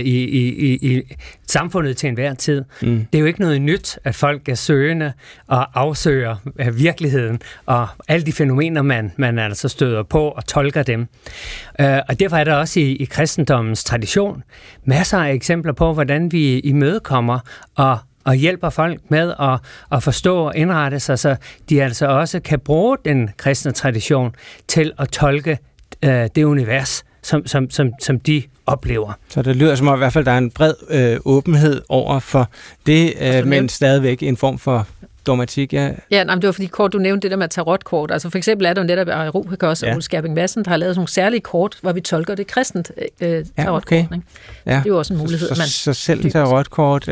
i samfundet til enhver tid. Det er jo ikke noget nyt, at folk er søgende og afsøger virkeligheden og alle de fænomener, man altså støder på og tolker dem. Og derfor er der også i kristendommens tradition masser af eksempler på, hvordan vi imødekommer og hjælper folk med at forstå og indrette sig, så de altså også kan bruge den kristne tradition til at tolke det univers, som de oplever. Så det lyder som om i hvert fald, der er en bred åbenhed over for det, men stadigvæk en form for dogmatik, Ja, det var fordi kort, du nævnte det der med tarotkort. Altså for eksempel er der jo netop Areopagus og Ole Skærping Madsen, der har lavet sådan nogle særlige kort, hvor vi tolker det kristent tarotkort. Ja. Det er jo også en mulighed. Så selv tarotkort.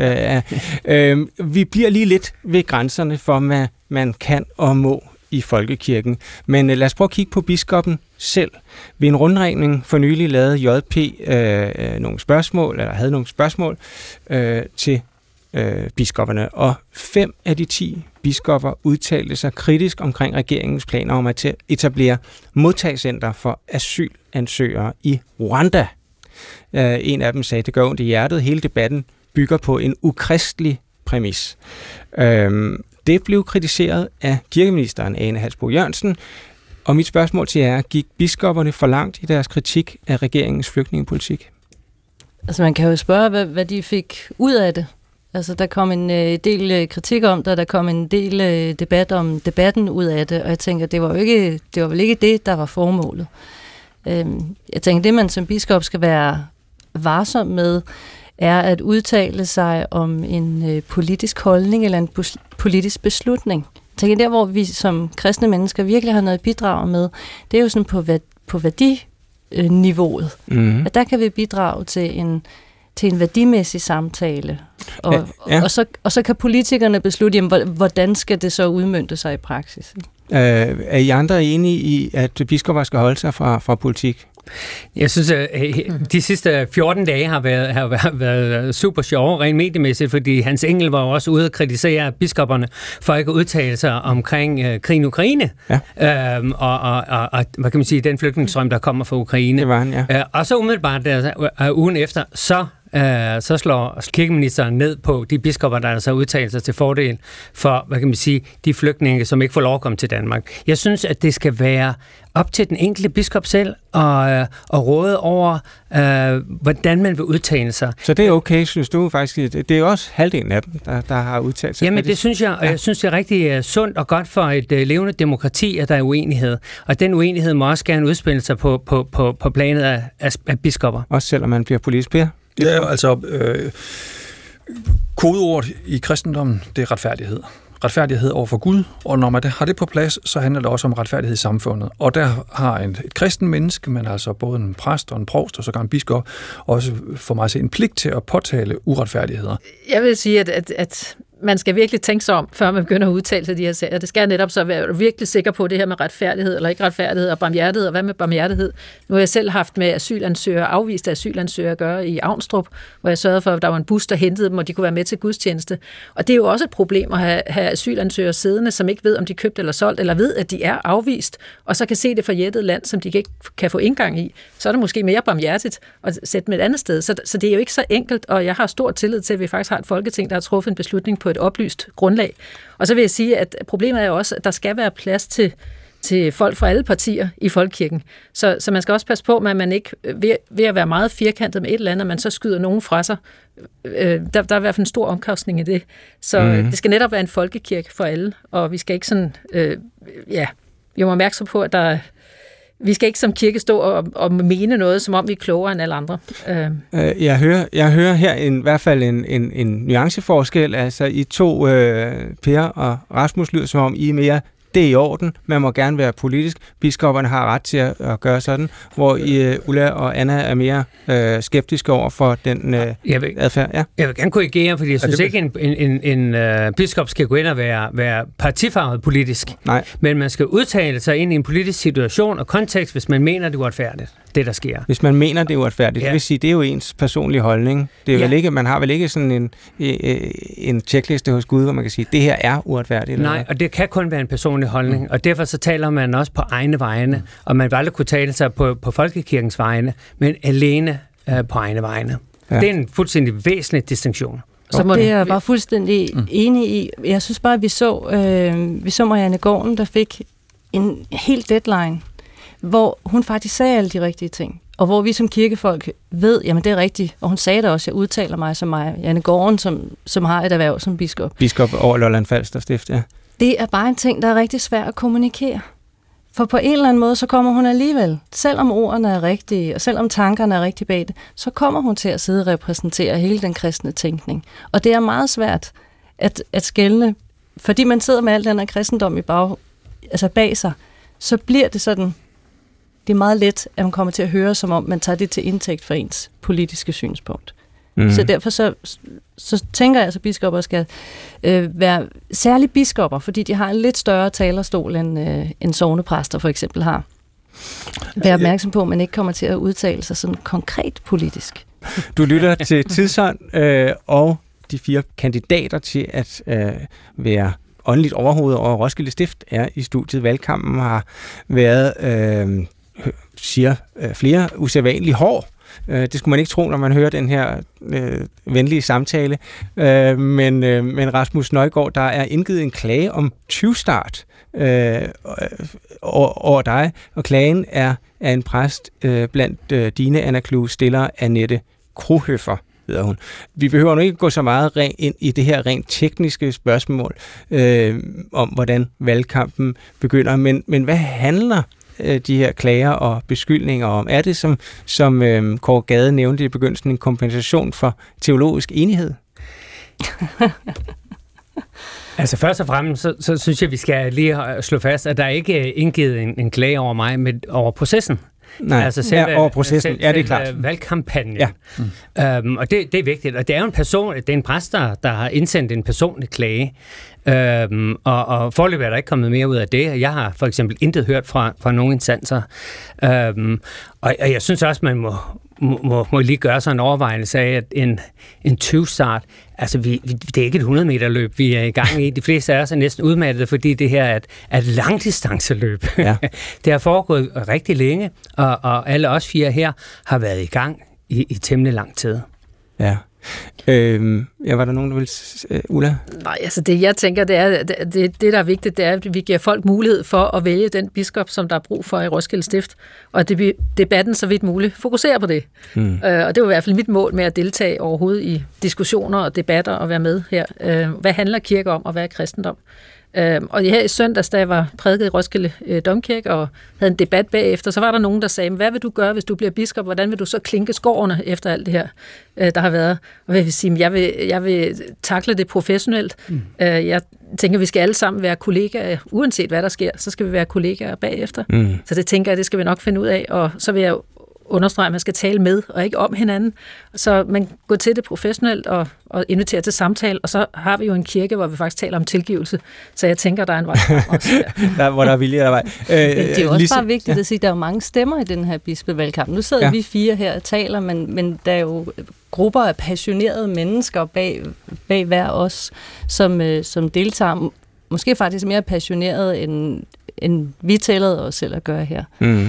Vi bliver lige lidt ved grænserne for, hvad man kan og må i folkekirken. Men lad os prøve at kigge på biskoppen selv. Ved en rundringning for nylig lavede JP nogle spørgsmål, eller havde nogle spørgsmål til biskopperne, og 5 af de 10 biskopper udtalte sig kritisk omkring regeringens planer om at etablere modtagscenter for asylansøgere i Rwanda. En af dem sagde, at det gør ondt i hjertet. Hele debatten bygger på en ukristelig præmis. Det blev kritiseret af kirkeministeren Ane Halsboe-Jørgensen, og mit spørgsmål til jer er, gik biskopperne for langt i deres kritik af regeringens flygtningepolitik? Altså man kan jo spørge, hvad de fik ud af det. Altså, der kom en del kritik om det, og der kom en del debat om debatten ud af det, og jeg tænker, det var vel ikke det, der var formålet. Jeg tænker, det man som biskop skal være varsom med, er at udtale sig om en politisk holdning eller en politisk beslutning. Jeg tænker, der hvor vi som kristne mennesker virkelig har noget at bidrage med, det er jo sådan på værdiniveauet. At der kan vi bidrage til til en værdimæssig samtale. Og så kan politikerne beslutte, jamen, hvordan skal det så udmønte sig i praksis? Er I andre enige i, at biskopper skal holde sig fra politik? Jeg synes, at de sidste 14 dage har været super sjove, rent mediemæssigt, fordi Hans Engel var også ude at kritisere biskopperne for ikke at udtale sig omkring krigen i Ukraine. Ja. Og hvad kan man sige, den flygtningsstrøm, der kommer fra Ukraine. Det var han, ja. Og så umiddelbart ugen efter, så slår kirkeministeren ned på de biskopper, der altså udtaler sig til fordel for, hvad kan man sige, de flygtninge, som ikke får lov at komme til Danmark. Jeg synes, at det skal være op til den enkelte biskop selv at råde over, hvordan man vil udtale sig. Så det er okay, synes du faktisk? Det er jo også halvdelen af dem, der har udtalt sig. Jamen det synes jeg, og jeg synes, det er rigtig sundt og godt for et levende demokrati, at der er uenighed. Og den uenighed må også gerne udspille sig på planet af biskopper. Også selvom man bliver politisk, Per? Ja, altså kodeordet i kristendommen, det er retfærdighed. Retfærdighed over for Gud, og når man har det på plads, så handler det også om retfærdighed i samfundet. Og der har et kristen menneske, men altså både en præst og en provst og sågar en biskop, også for mig at se en pligt til at påtale uretfærdigheder. Jeg vil sige, at man skal virkelig tænke sig om, før man begynder at udtale sig de her sager. Det skal netop så være virkelig sikker på det her med retfærdighed, eller ikke retfærdighed, og barmhjertighed, og hvad med barmhjertighed? Nu har jeg selv haft med afviste asylansøgere at gøre i Avnstrup, hvor jeg sørgede for, at der var en bus, der hentede dem, og de kunne være med til gudstjeneste. Og det er jo også et problem at have asylansøgere siddende, som ikke ved, om de er købt eller solgt, eller ved, at de er afvist, og så kan se det forjættede land, som de ikke kan få indgang i. Så er det måske mere barmhjertigt at sætte dem et andet sted. Så det er jo ikke så enkelt, og jeg har stor tillid til, at vi faktisk har et folketing, der har truffet en beslutning på et oplyst grundlag. Og så vil jeg sige, at problemet er jo også, at der skal være plads til folk fra alle partier i folkekirken. Så man skal også passe på, at man ikke ved at være meget firkantet med et eller andet, at man så skyder nogen fra sig. Der er i hvert fald en stor omkostning i det. Så det skal netop være en folkekirke for alle, og vi skal ikke sådan, vi må opmærksom på, at vi skal ikke som kirke stå og mene noget, som om vi er klogere end alle andre. Jeg hører her i hvert fald en nuanceforskel. Altså I to, Per og Rasmus, lyder som om I er mere, det er i orden, man må gerne være politisk. Biskopperne har ret til at gøre sådan, hvor Ulla og Anna er mere skeptiske over for den adfærd. Ja. Jeg vil gerne korrigere, fordi jeg synes ikke, en biskop skal gå ind og være partifarvet politisk. Nej. Men man skal udtale sig ind i en politisk situation og kontekst, hvis man mener, det er uretfærdigt, det der sker. Hvis man mener, det er uretfærdigt, det vil sige, det er jo ens personlige holdning. Det er vel ikke, man har vel ikke sådan en checkliste hos Gud, hvor man kan sige, det her er uretfærdigt. Nej, og det kan kun være en personlig holdning, og derfor så taler man også på egne vegne, og man vil aldrig kunne tale sig på folkekirkens vegne, men alene på egne vegne. Ja. Det er en fuldstændig væsentlig distinktion. Det er jeg bare fuldstændig enig i. Jeg synes bare, at vi så Marianne Gården, der fik en helt deadline, hvor hun faktisk sagde alle de rigtige ting. Og hvor vi som kirkefolk ved, jamen det er rigtigt. Og hun sagde det også, jeg udtaler mig som Marianne Gården, som har et erhverv som biskop. Biskop over Lolland Falster Stift, ja. Det er bare en ting, der er rigtig svært at kommunikere. For på en eller anden måde, så kommer hun alligevel, selvom ordene er rigtige, og selvom tankerne er rigtig bag det, så kommer hun til at sidde og repræsentere hele den kristne tænkning. Og det er meget svært at skelne, fordi man sidder med al den her kristendom bag sig, så bliver det sådan, det er meget let, at man kommer til at høre, som om man tager det til indtægt for ens politiske synspunkt. Så derfor så tænker jeg, at biskopper skal være særligt biskopper, fordi de har en lidt større talerstol, end sognepræster for eksempel har. Vær opmærksom på, at man ikke kommer til at udtale sig sådan konkret politisk. Du lytter til Tidsånd, og de 4 kandidater til at være åndeligt overhoved over Roskilde Stift er i studiet. Valgkampen har været, siger flere, usædvanligt hård. Det skulle man ikke tro, når man hører den her venlige samtale. Men Rasmus Nøjgaard, der er indgivet en klage om tyvstart over dig, og klagen er af en præst blandt dine, Anna Klue, stiller Annette Krohøfer, hedder hun. Vi behøver nu ikke gå så meget ind i det her rent tekniske spørgsmål om, hvordan valgkampen begynder, men hvad handler de her klager og beskyldninger om? Er det, som Kåre Gade nævnte i begyndelsen, en kompensation for teologisk enighed? Altså først og fremmest, så synes jeg, vi skal lige slå fast, at der ikke er indgivet en klage over mig, men over processen. Nej, altså selv, over processen. Ja, det er klart. Valgkampagnen. Ja. Og det er vigtigt. Og det er jo det er en præst, der har indsendt en personlig klage. Og foreløbig er der ikke kommet mere ud af det. Jeg har for eksempel intet hørt fra nogen instanser. Og jeg synes også, man må lige gøre sig en overvejelse af, at en 20-start, altså det er ikke et 100-meter løb, vi er i gang i. De fleste af os er næsten udmattet, fordi det her er et langdistanceløb. Ja. Det har foregået rigtig længe, og alle os 4 her har været i gang i temmelig lang tid. Ja. Var der nogen, der vil... Ulla? Nej, altså det jeg tænker, det der er vigtigt, det er, at vi giver folk mulighed for at vælge den biskop, som der er brug for i Roskilde Stift, og at debatten så vidt muligt fokuserer på det. Og det var i hvert fald mit mål med at deltage overhovedet i diskussioner og debatter og være med her. Hvad handler kirke om, og hvad er kristendom? Og her i søndags, da jeg var prædiket i Roskilde Domkirke og havde en debat bagefter, så var der nogen, der sagde, hvad vil du gøre, hvis du bliver biskop? Hvordan vil du så klinke skårene efter alt det her, der har været? Og jeg vil sige, jeg vil takle det professionelt. Jeg tænker, vi skal alle sammen være kollegaer, uanset hvad der sker, så skal vi være kollegaer bagefter. Så det tænker jeg, det skal vi nok finde ud af, og så vil jeg understrege, at man skal tale med og ikke om hinanden. Så man går til det professionelt og inviterer til samtale, og så har vi jo en kirke, hvor vi faktisk taler om tilgivelse. Så jeg tænker, der er en vej også. Hvor der er vilje, der er vej. Det er jo også bare vigtigt at sige, at der er jo mange stemmer i den her bispevalgkamp. Nu sidder vi 4 her og taler, men der er jo grupper af passionerede mennesker bag hver os, som deltager. Måske faktisk mere passionerede, end vi tillade os selv at gøre her.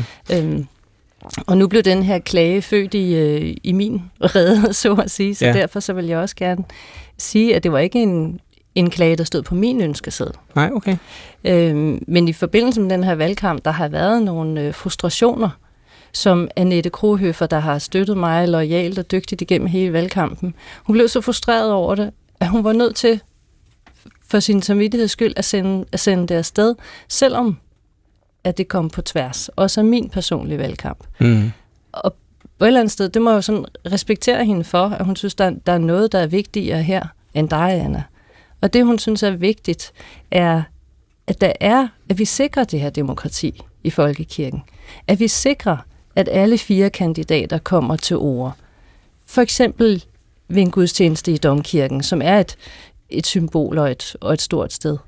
Og nu blev den her klage født i min rede, så at sige, så derfor så vil jeg også gerne sige, at det var ikke en klage, der stod på min ønskeseddel. Nej, okay. Men i forbindelse med den her valgkamp, der har været nogle frustrationer, som Annette Krohøfer, der har støttet mig loyalt og dygtigt igennem hele valgkampen. Hun blev så frustreret over det, at hun var nødt til, for sin samvittigheds skyld, at sende det afsted, selvom at det kom på tværs. Også min personlige valgkamp. Og på et eller andet sted, det må jeg jo sådan respektere hende for, at hun synes, der er noget, der er vigtigere her, end dig, Anna. Og det, hun synes er vigtigt, er, at vi sikrer det her demokrati i folkekirken. At vi sikrer, at alle 4 kandidater kommer til ord. For eksempel ved en gudstjeneste i Domkirken, som er et symbol og et stort sted.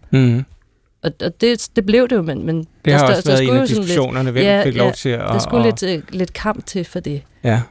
Og det blev det jo, men det har også været en af diskussionerne, hvem fik lov til at... Der skulle lidt kamp til for det. Ja.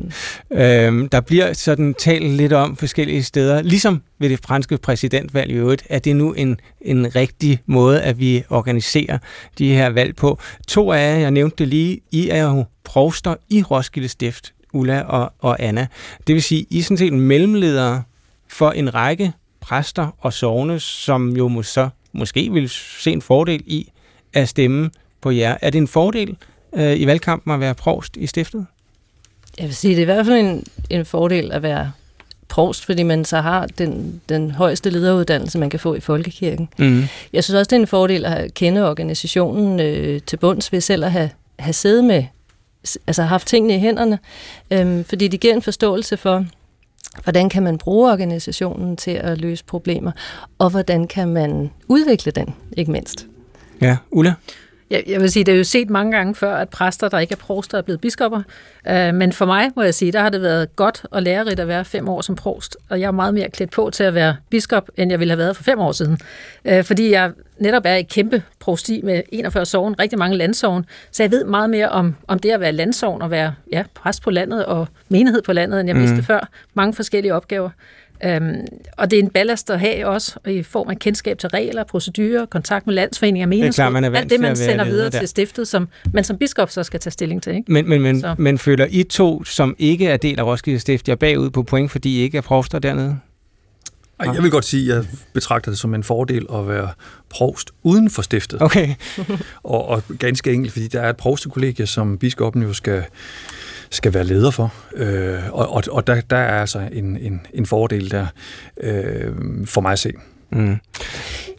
Der bliver sådan talt lidt om forskellige steder, ligesom ved det franske præsidentvalg i øvrigt, at det er nu en rigtig måde, at vi organiserer de her valg på. 2 af jer, jeg nævnte det lige, I er jo provster i Roskilde Stift, Ulla og Anna. Det vil sige, I er sådan set mellemledere for en række præster og sogne, som jo måske vil se en fordel i at stemme på jer. Er det en fordel i valgkampen at være provst i stiftet? Jeg vil sige, det er i hvert fald en fordel at være provst, fordi man så har den højeste lederuddannelse, man kan få i folkekirken. Jeg synes også, det er en fordel at kende organisationen til bunds ved selv at have siddet med, altså haft tingene i hænderne, fordi det giver en forståelse for, hvordan kan man bruge organisationen til at løse problemer, og hvordan kan man udvikle den, ikke mindst. Ja, Ulla? Jeg vil sige, det er jo set mange gange før, at præster, der ikke er provster, er blevet biskopper. Men for mig, må jeg sige, der har det været godt og lærerigt at være 5 år som provst. Og jeg er meget mere klædt på til at være biskop, end jeg ville have været for 5 år siden. Fordi jeg netop er i et kæmpe provsti med 41 sogn, rigtig mange landsogn. Så jeg ved meget mere om det at være landsogn og være præst på landet og menighed på landet, end jeg vidste før. Mange forskellige opgaver. Og det er en ballast at have også, i form af kendskab til regler, procedurer, kontakt med landsforeninger, menighedsråd, alt det, man sender videre til stiftet, som man som biskop så skal tage stilling til. Ikke? Men føler I 2, som ikke er del af Roskilde Stift, jer bagud på point, fordi I ikke er provster dernede? Jeg vil godt sige, at jeg betragter det som en fordel at være provst uden for stiftet. Okay. og ganske enkelt, fordi der er et provstekollegie, som biskoppen jo skal være leder for. Og der er altså en fordel der for mig at se.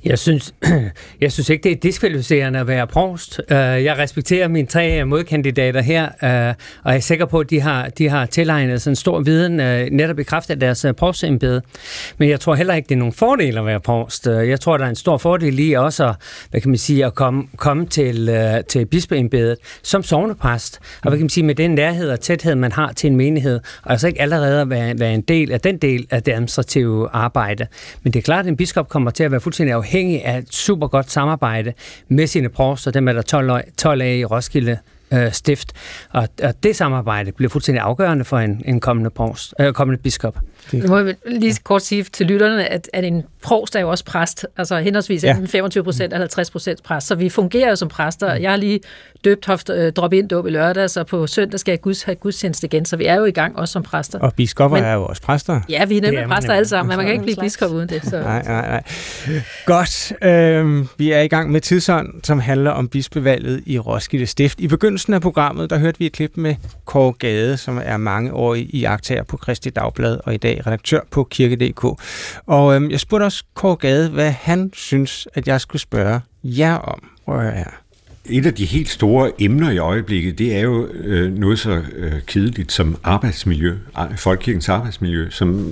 Jeg synes ikke, det er diskvalificerende at være provst. Jeg respekterer mine 3 modkandidater her, og jeg er sikker på, at de har tilegnet sådan en stor viden netop i kraft af deres provstembede. Men jeg tror heller ikke, det er nogen fordel at være provst. Jeg tror, der er en stor fordel i også at komme til bispeembedet som sognepræst. Og hvad kan man sige, med den nærhed og tæthed, man har til en menighed, og altså ikke allerede være en del af den del af det administrative arbejde. Men det er klart, at en biskop kommer til at være fuldstændig afhængig af et super godt samarbejde med sine provster, dem er der 12 af i Roskilde Stift. Og det samarbejde bliver fuldstændig afgørende for en kommende biskop. Nu må jeg lige kort sige til lytterne, at en provst er jo også præst, altså henholdsvis enten 25% eller 50% præst, så vi fungerer jo som præster. Jeg har lige haft drop-in-dåb i lørdag, så på søndag skal jeg have gudstjeneste igen, så vi er jo i gang også som præster. Og biskopper er jo også præster. Ja, vi er nemlig præster alle sammen, men man kan ikke blive biskop uden det. Så. Nej. Godt. Vi er i gang med Tidsånd, som handler om bispevalget i Roskilde Stift. I begyndelsen af programmet, der hørte vi et klip med Kåre Gade, som er mangeårig iagttager på Kristi Dagblad, og i dag redaktør på Kirke.dk. Og jeg spurgte også Kåre Gade, hvad han synes, at jeg skulle spørge jer om. Prøv at høre her. Et af de helt store emner i øjeblikket, det er jo noget så kedeligt som arbejdsmiljø, folkekirkens arbejdsmiljø, som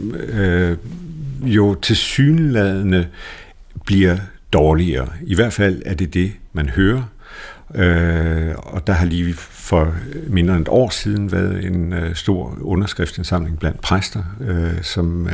jo tilsyneladende bliver dårligere. I hvert fald er det, man hører. Og der har lige for mindre end et år siden været en stor underskriftsindsamling blandt præster, som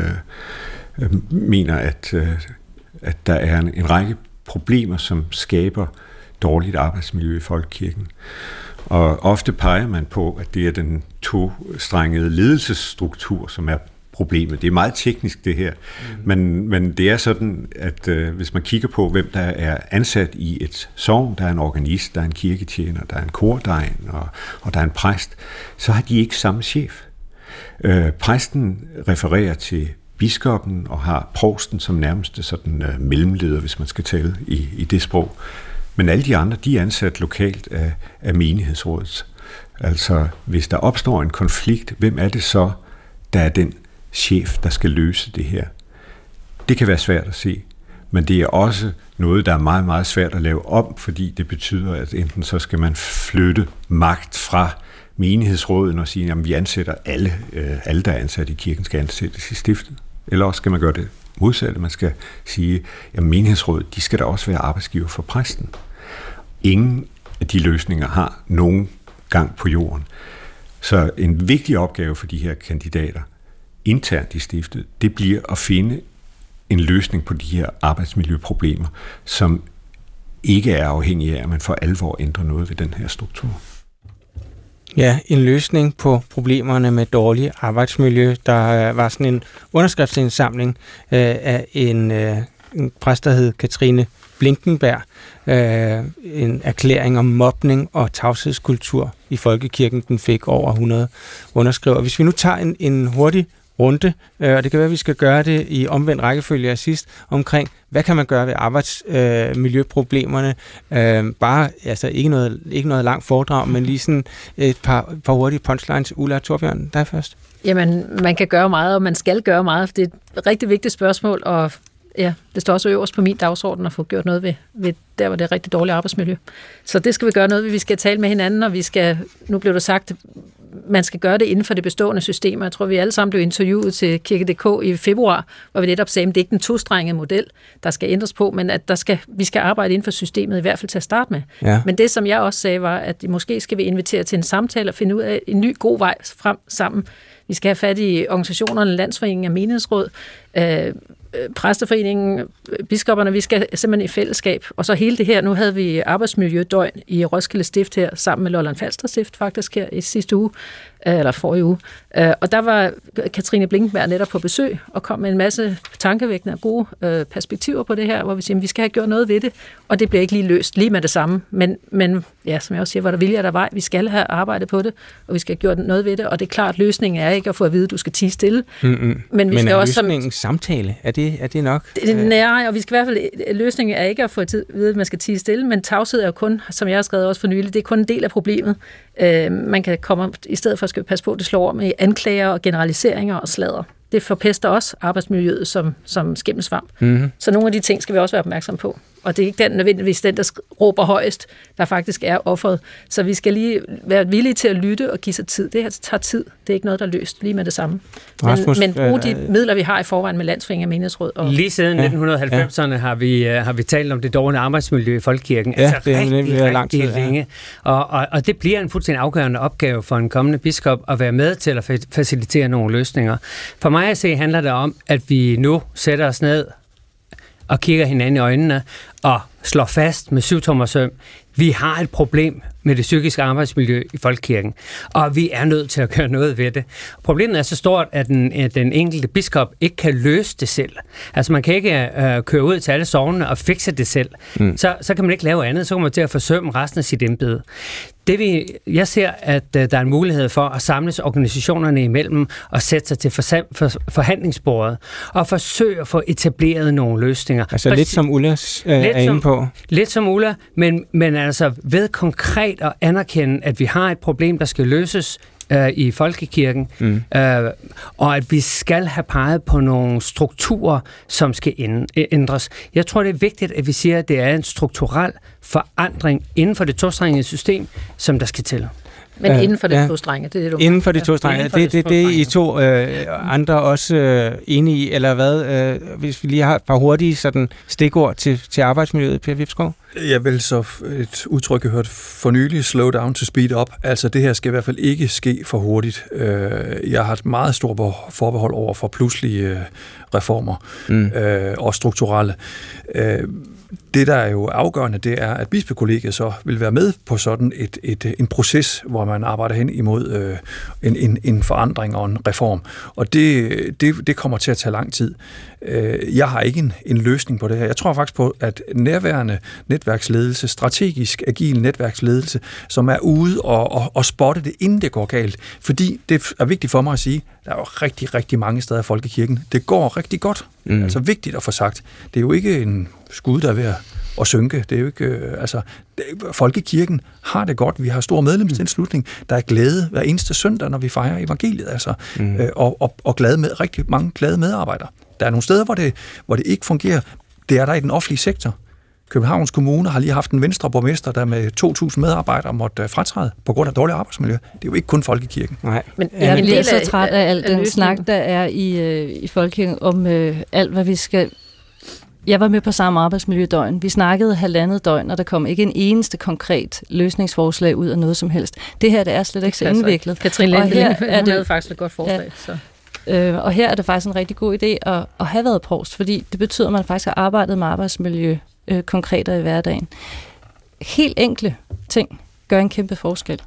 mener, at der er en række problemer, som skaber dårligt arbejdsmiljø i folkekirken. Og ofte peger man på, at det er den tostrengede ledelsesstruktur, som er problemet. Det er meget teknisk, det her. Men det er sådan, at hvis man kigger på, hvem der er ansat i et sogn, der er en organist, der er en kirketjener, der er en kordegn, og der er en præst, så har de ikke samme chef. Præsten refererer til biskoppen og har provsten som nærmeste sådan mellemleder, hvis man skal tale i det sprog. Men alle de andre, de er ansat lokalt af menighedsrådet. Altså, hvis der opstår en konflikt, hvem er det så, der er den chef, der skal løse det her? Det kan være svært at se, men det er også noget, der er meget, meget svært at lave om, fordi det betyder, at enten så skal man flytte magt fra menighedsråden og sige, at vi ansætter alle, der er ansat i kirken, skal ansættes i stiftet. Eller også skal man gøre det modsatte. Man skal sige, at menighedsrådet, de skal da også være arbejdsgiver for præsten. Ingen af de løsninger har nogen gang på jorden. Så en vigtig opgave for de her kandidater internt i stiftet, det bliver at finde en løsning på de her arbejdsmiljøproblemer, som ikke er afhængige af, at man for alvor ændrer noget ved den her struktur. Ja, en løsning på problemerne med dårlig arbejdsmiljø. Der var sådan en underskriftsindsamling af en præst, der hed Katrine Blinkenberg. En erklæring om mobning og tavshedskultur i folkekirken. Den fik over 100 underskrivere. Hvis vi nu tager en hurtig runde, og det kan være, at vi skal gøre det i omvendt rækkefølge af sidst, omkring, hvad kan man gøre ved arbejdsmiljøproblemerne? Bare, altså ikke noget langt foredrag, men lige sådan et par hurtige punchlines. Ulla og Torbjørn, dig først. Jamen, man kan gøre meget, og man skal gøre meget, for det er et rigtig vigtigt spørgsmål, og ja, det står også øverst på min dagsorden at få gjort noget ved der, hvor det er rigtig dårligt arbejdsmiljø. Så det skal vi gøre noget ved. Vi skal tale med hinanden, og nu blev det sagt, man skal gøre det inden for det bestående system. Jeg tror, vi alle sammen blev interviewet til Kirke.dk i februar, hvor vi netop sagde, at det er ikke den tostrengede model, der skal ændres på, men at vi skal arbejde inden for systemet, i hvert fald til at starte med. Ja. Men det, som jeg også sagde, var, at måske skal vi invitere til en samtale og finde ud af en ny god vej frem sammen. Vi skal have fat i organisationerne, Landsforeningen af Menighedsråd, Præsteforeningen, biskopperne, vi skal simpelthen i fællesskab. Og så hele det her, nu havde vi arbejdsmiljødøgn i Roskilde Stift her, sammen med Lolland Falster Stift faktisk her i sidste uge, eller forrige uge. Og der var Katrine Blinkenberg netop på besøg og kom med en masse tankevækkende og gode perspektiver på det her, hvor vi siger, at vi skal have gjort noget ved det, og det bliver ikke lige løst lige med det samme. Men ja, som jeg også siger, hvor der vilje er der vej, vi skal have arbejdet på det, og vi skal have gjort noget ved det, og det er klart, at løsningen er ikke at få at vide, at du skal tie stille. Men vi skal er også løsningen samtale? Er det nok? Nej, og vi skal i hvert fald, løsningen er ikke at få at vide, at man skal tie stille, men tavshed er jo kun, som jeg har skrevet også for nylig, det er kun en del af problemet. Man kan komme, i stedet for at skal passe på, det slår om i anklager og generaliseringer og sladder. det forpester også arbejdsmiljøet som skimmelsvamp. Mm-hmm. Så nogle af de ting skal vi også være opmærksom på. Og det er ikke nødvendigvis den, der råber højest, der faktisk er offeret. Så vi skal lige være villige til at lytte og give sig tid. Det her tager tid. Det er ikke noget, der er løst lige med det samme. Men brug de midler, vi har i forvejen med Landsforeningen af Menighedsråd. Og lige siden 1990'erne har vi talt om det dårlige arbejdsmiljø i folkekirken. Ja, altså, det er lang tid længe. Og det bliver en fuldstændig afgørende opgave for en kommende biskop at være med til at facilitere nogle løsninger. For mig at se handler det om, at vi nu sætter os ned og kigger hinanden i øjnene og slår fast med 7-tommersøm, vi har et problem med det psykiske arbejdsmiljø i folkekirken, og vi er nødt til at gøre noget ved det. Problemet er så stort, at den enkelte biskop ikke kan løse det selv. Altså man kan ikke køre ud til alle sognene og fikse det selv. Så kan man ikke lave andet, så kommer man til at forsømme resten af sit embede. Jeg ser, at der er en mulighed for at samles organisationerne imellem og sætte sig til forhandlingsbordet og forsøge at få etableret nogle løsninger. Altså lidt som Ulla er inde på. Lidt som Ulla, men altså ved konkret at anerkende, at vi har et problem, der skal løses i folkekirken, og at vi skal have peget på nogle strukturer, som skal ændres. Jeg tror, det er vigtigt, at vi siger, at det er en strukturel forandring inden for det tostrengede system, som der skal til. Men inden for det tostrenge, det er det, du inden for de to strenge. Det er I to andre også enige i, eller hvad? Hvis vi lige har et par hurtige sådan stikord til arbejdsmiljøet, Per Vibskov? Jeg vil så et udtryk, jeg hørte for nylig, slow down to speed up. Altså det her skal i hvert fald ikke ske for hurtigt. Jeg har et meget stort forbehold over for pludselige reformer og strukturelle. Det, der er jo afgørende, det er, at bispekollegiet så vil være med på sådan en proces, hvor man arbejder hen imod en forandring og en reform. Og det kommer til at tage lang tid. Jeg har ikke en løsning på det her. Jeg tror faktisk på, at nærværende netværksledelse, strategisk agil netværksledelse, som er ude og spotte det, inden det går galt. Fordi det er vigtigt for mig at sige, der er jo rigtig, rigtig mange steder i folkekirken. Det går rigtig godt. Altså vigtigt at få sagt. Det er jo ikke en skud, der er ved at synke. Det er jo ikke, folkekirken har det godt. Vi har stor medlemstilslutning. Der er glæde hver eneste søndag, når vi fejrer evangeliet. Altså, og rigtig mange glade medarbejdere. Der er nogle steder, hvor det ikke fungerer. Det er der i den offentlige sektor. Københavns Kommune har lige haft en venstre borgmester, der med 2.000 medarbejdere måtte fratræde på grund af dårligt arbejdsmiljø. Det er jo ikke kun folkekirken. Nej. Men jeg bliver så træt af al den snak, der er i folkekirken om alt, hvad vi skal. Jeg var med på samme arbejdsmiljødøgn. Vi snakkede 1,5 døgn, og der kom ikke en eneste konkret løsningsforslag ud af noget som helst. Det her, det er slet ikke så indviklet. Katrine Linde, hun havde faktisk et godt forslag. Ja. Så. Og her er det faktisk en rigtig god idé at have været provst, fordi det betyder, at man faktisk har arbejdet med arbejdsmiljø konkreter i hverdagen. Helt enkle ting gør en kæmpe forskel.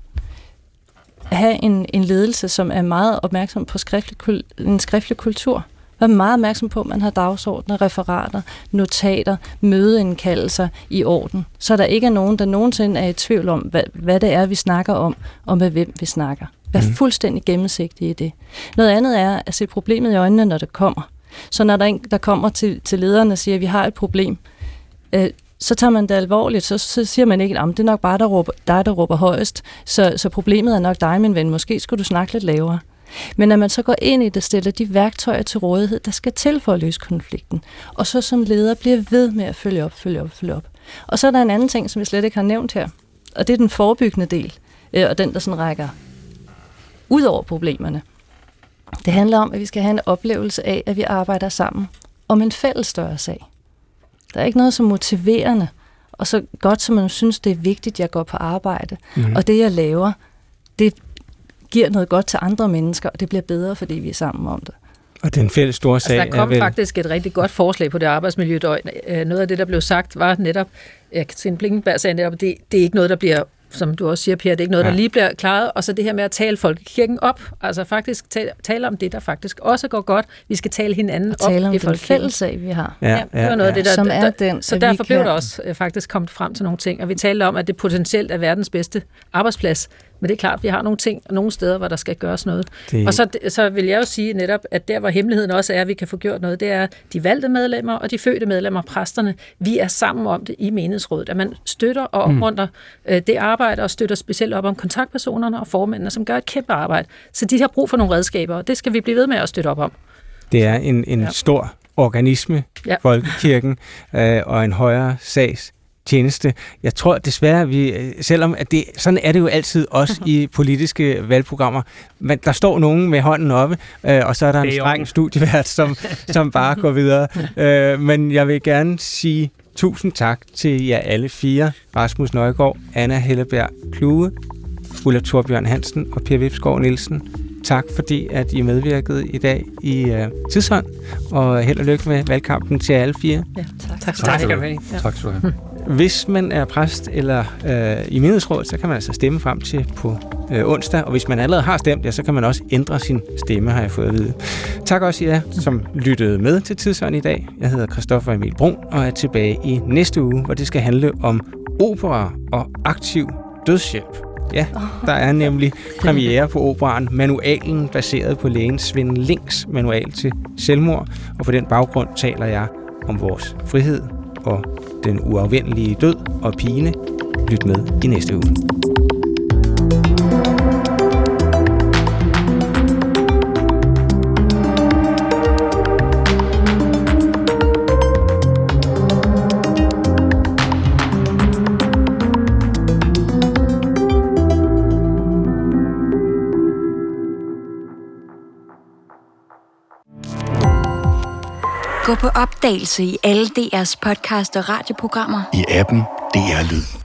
At have en ledelse, som er meget opmærksom på en skriftlig kultur. Vær meget opmærksom på, at man har dagsordner, referater, notater, mødeindkaldelser i orden. Så der ikke er nogen, der nogensinde er i tvivl om, hvad det er, vi snakker om, og med hvem vi snakker. Vær fuldstændig gennemsigtig i det. Noget andet er at se problemet i øjnene, når det kommer. Så når der er en, der kommer til lederen og siger, at vi har et problem, så tager man det alvorligt, så siger man ikke, at det er nok bare dig, der råber højest, så problemet er nok dig, min ven, måske skulle du snakke lidt lavere. Men når man så går ind i det, stiller de værktøjer til rådighed, der skal til for at løse konflikten, og så som leder bliver ved med at følge op. Og så er der en anden ting, som vi slet ikke har nævnt her, og det er den forebyggende del, og den, der sådan rækker ud over problemerne. Det handler om, at vi skal have en oplevelse af, at vi arbejder sammen om en fælles større sag. Der er ikke noget så motiverende, og så godt, som man synes, det er vigtigt, at jeg går på arbejde. Og det, jeg laver, det giver noget godt til andre mennesker, og det bliver bedre, fordi vi er sammen om det. Og den fælles store sag der kom faktisk et rigtig godt forslag på det arbejdsmiljødøgn. Noget af det, der blev sagt, var netop, Katrine Blinkenberg sagde netop, det er ikke noget, der bliver, som du også siger, Per, det er ikke noget, der lige bliver klaret, og så det her med at tale folkekirken op, altså faktisk tale om det, der faktisk også går godt. Vi skal tale hinanden op i folkekirken. Fælles sag, vi har. Det var noget af det, som er den, så derfor blev der også faktisk kommet frem til nogle ting, og vi talte om, at det potentielt er verdens bedste arbejdsplads. Men det er klart, at vi har nogle ting og nogle steder, hvor der skal gøres noget. Og så vil jeg jo sige netop, at der, hvor hemmeligheden også er, at vi kan få gjort noget, det er de valgte medlemmer og de fødte medlemmer, præsterne. Vi er sammen om det i menighedsrådet, at man støtter og opmuntrer det arbejde og støtter specielt op om kontaktpersonerne og formændene, som gør et kæmpe arbejde. Så de har brug for nogle redskaber, og det skal vi blive ved med at støtte op om. Det er en stor organisme, folkekirken, og en højere sags tjeneste. Jeg tror desværre, selvom at sådan er det jo altid også i politiske valgprogrammer, men der står nogen med hånden oppe, og så er der en streng studievært, som bare går videre. Men jeg vil gerne sige tusind tak til jer alle fire. Rasmus Nøjgaard, Anna Helleberg Kluge, Ulla Torbjørn Hansen og Per Vipsgaard Nielsen. Tak fordi, at I medvirkede i dag i Tidsånd, og held og lykke med valgkampen til alle fire. Ja, tak. Tak skal du have. Tak skal du have. Hvis man er præst eller i menighedsrådet, så kan man altså stemme frem til på onsdag, og hvis man allerede har stemt, så kan man også ændre sin stemme, har jeg fået at vide. Tak også jer, som lyttede med til Tidsånd i dag. Jeg hedder Christoffer Emil Brun og er tilbage i næste uge, hvor det skal handle om opera og aktiv dødshjælp. Ja, der er nemlig premiere på operaen Manualen, baseret på lægen Svend Links manual til selvmord, og på den baggrund taler jeg om vores frihed og den uafvendelige død og pine. Lyt med i næste uge. Gå på opdagelse i alle DR's podcast og radioprogrammer. I appen DR Lyd.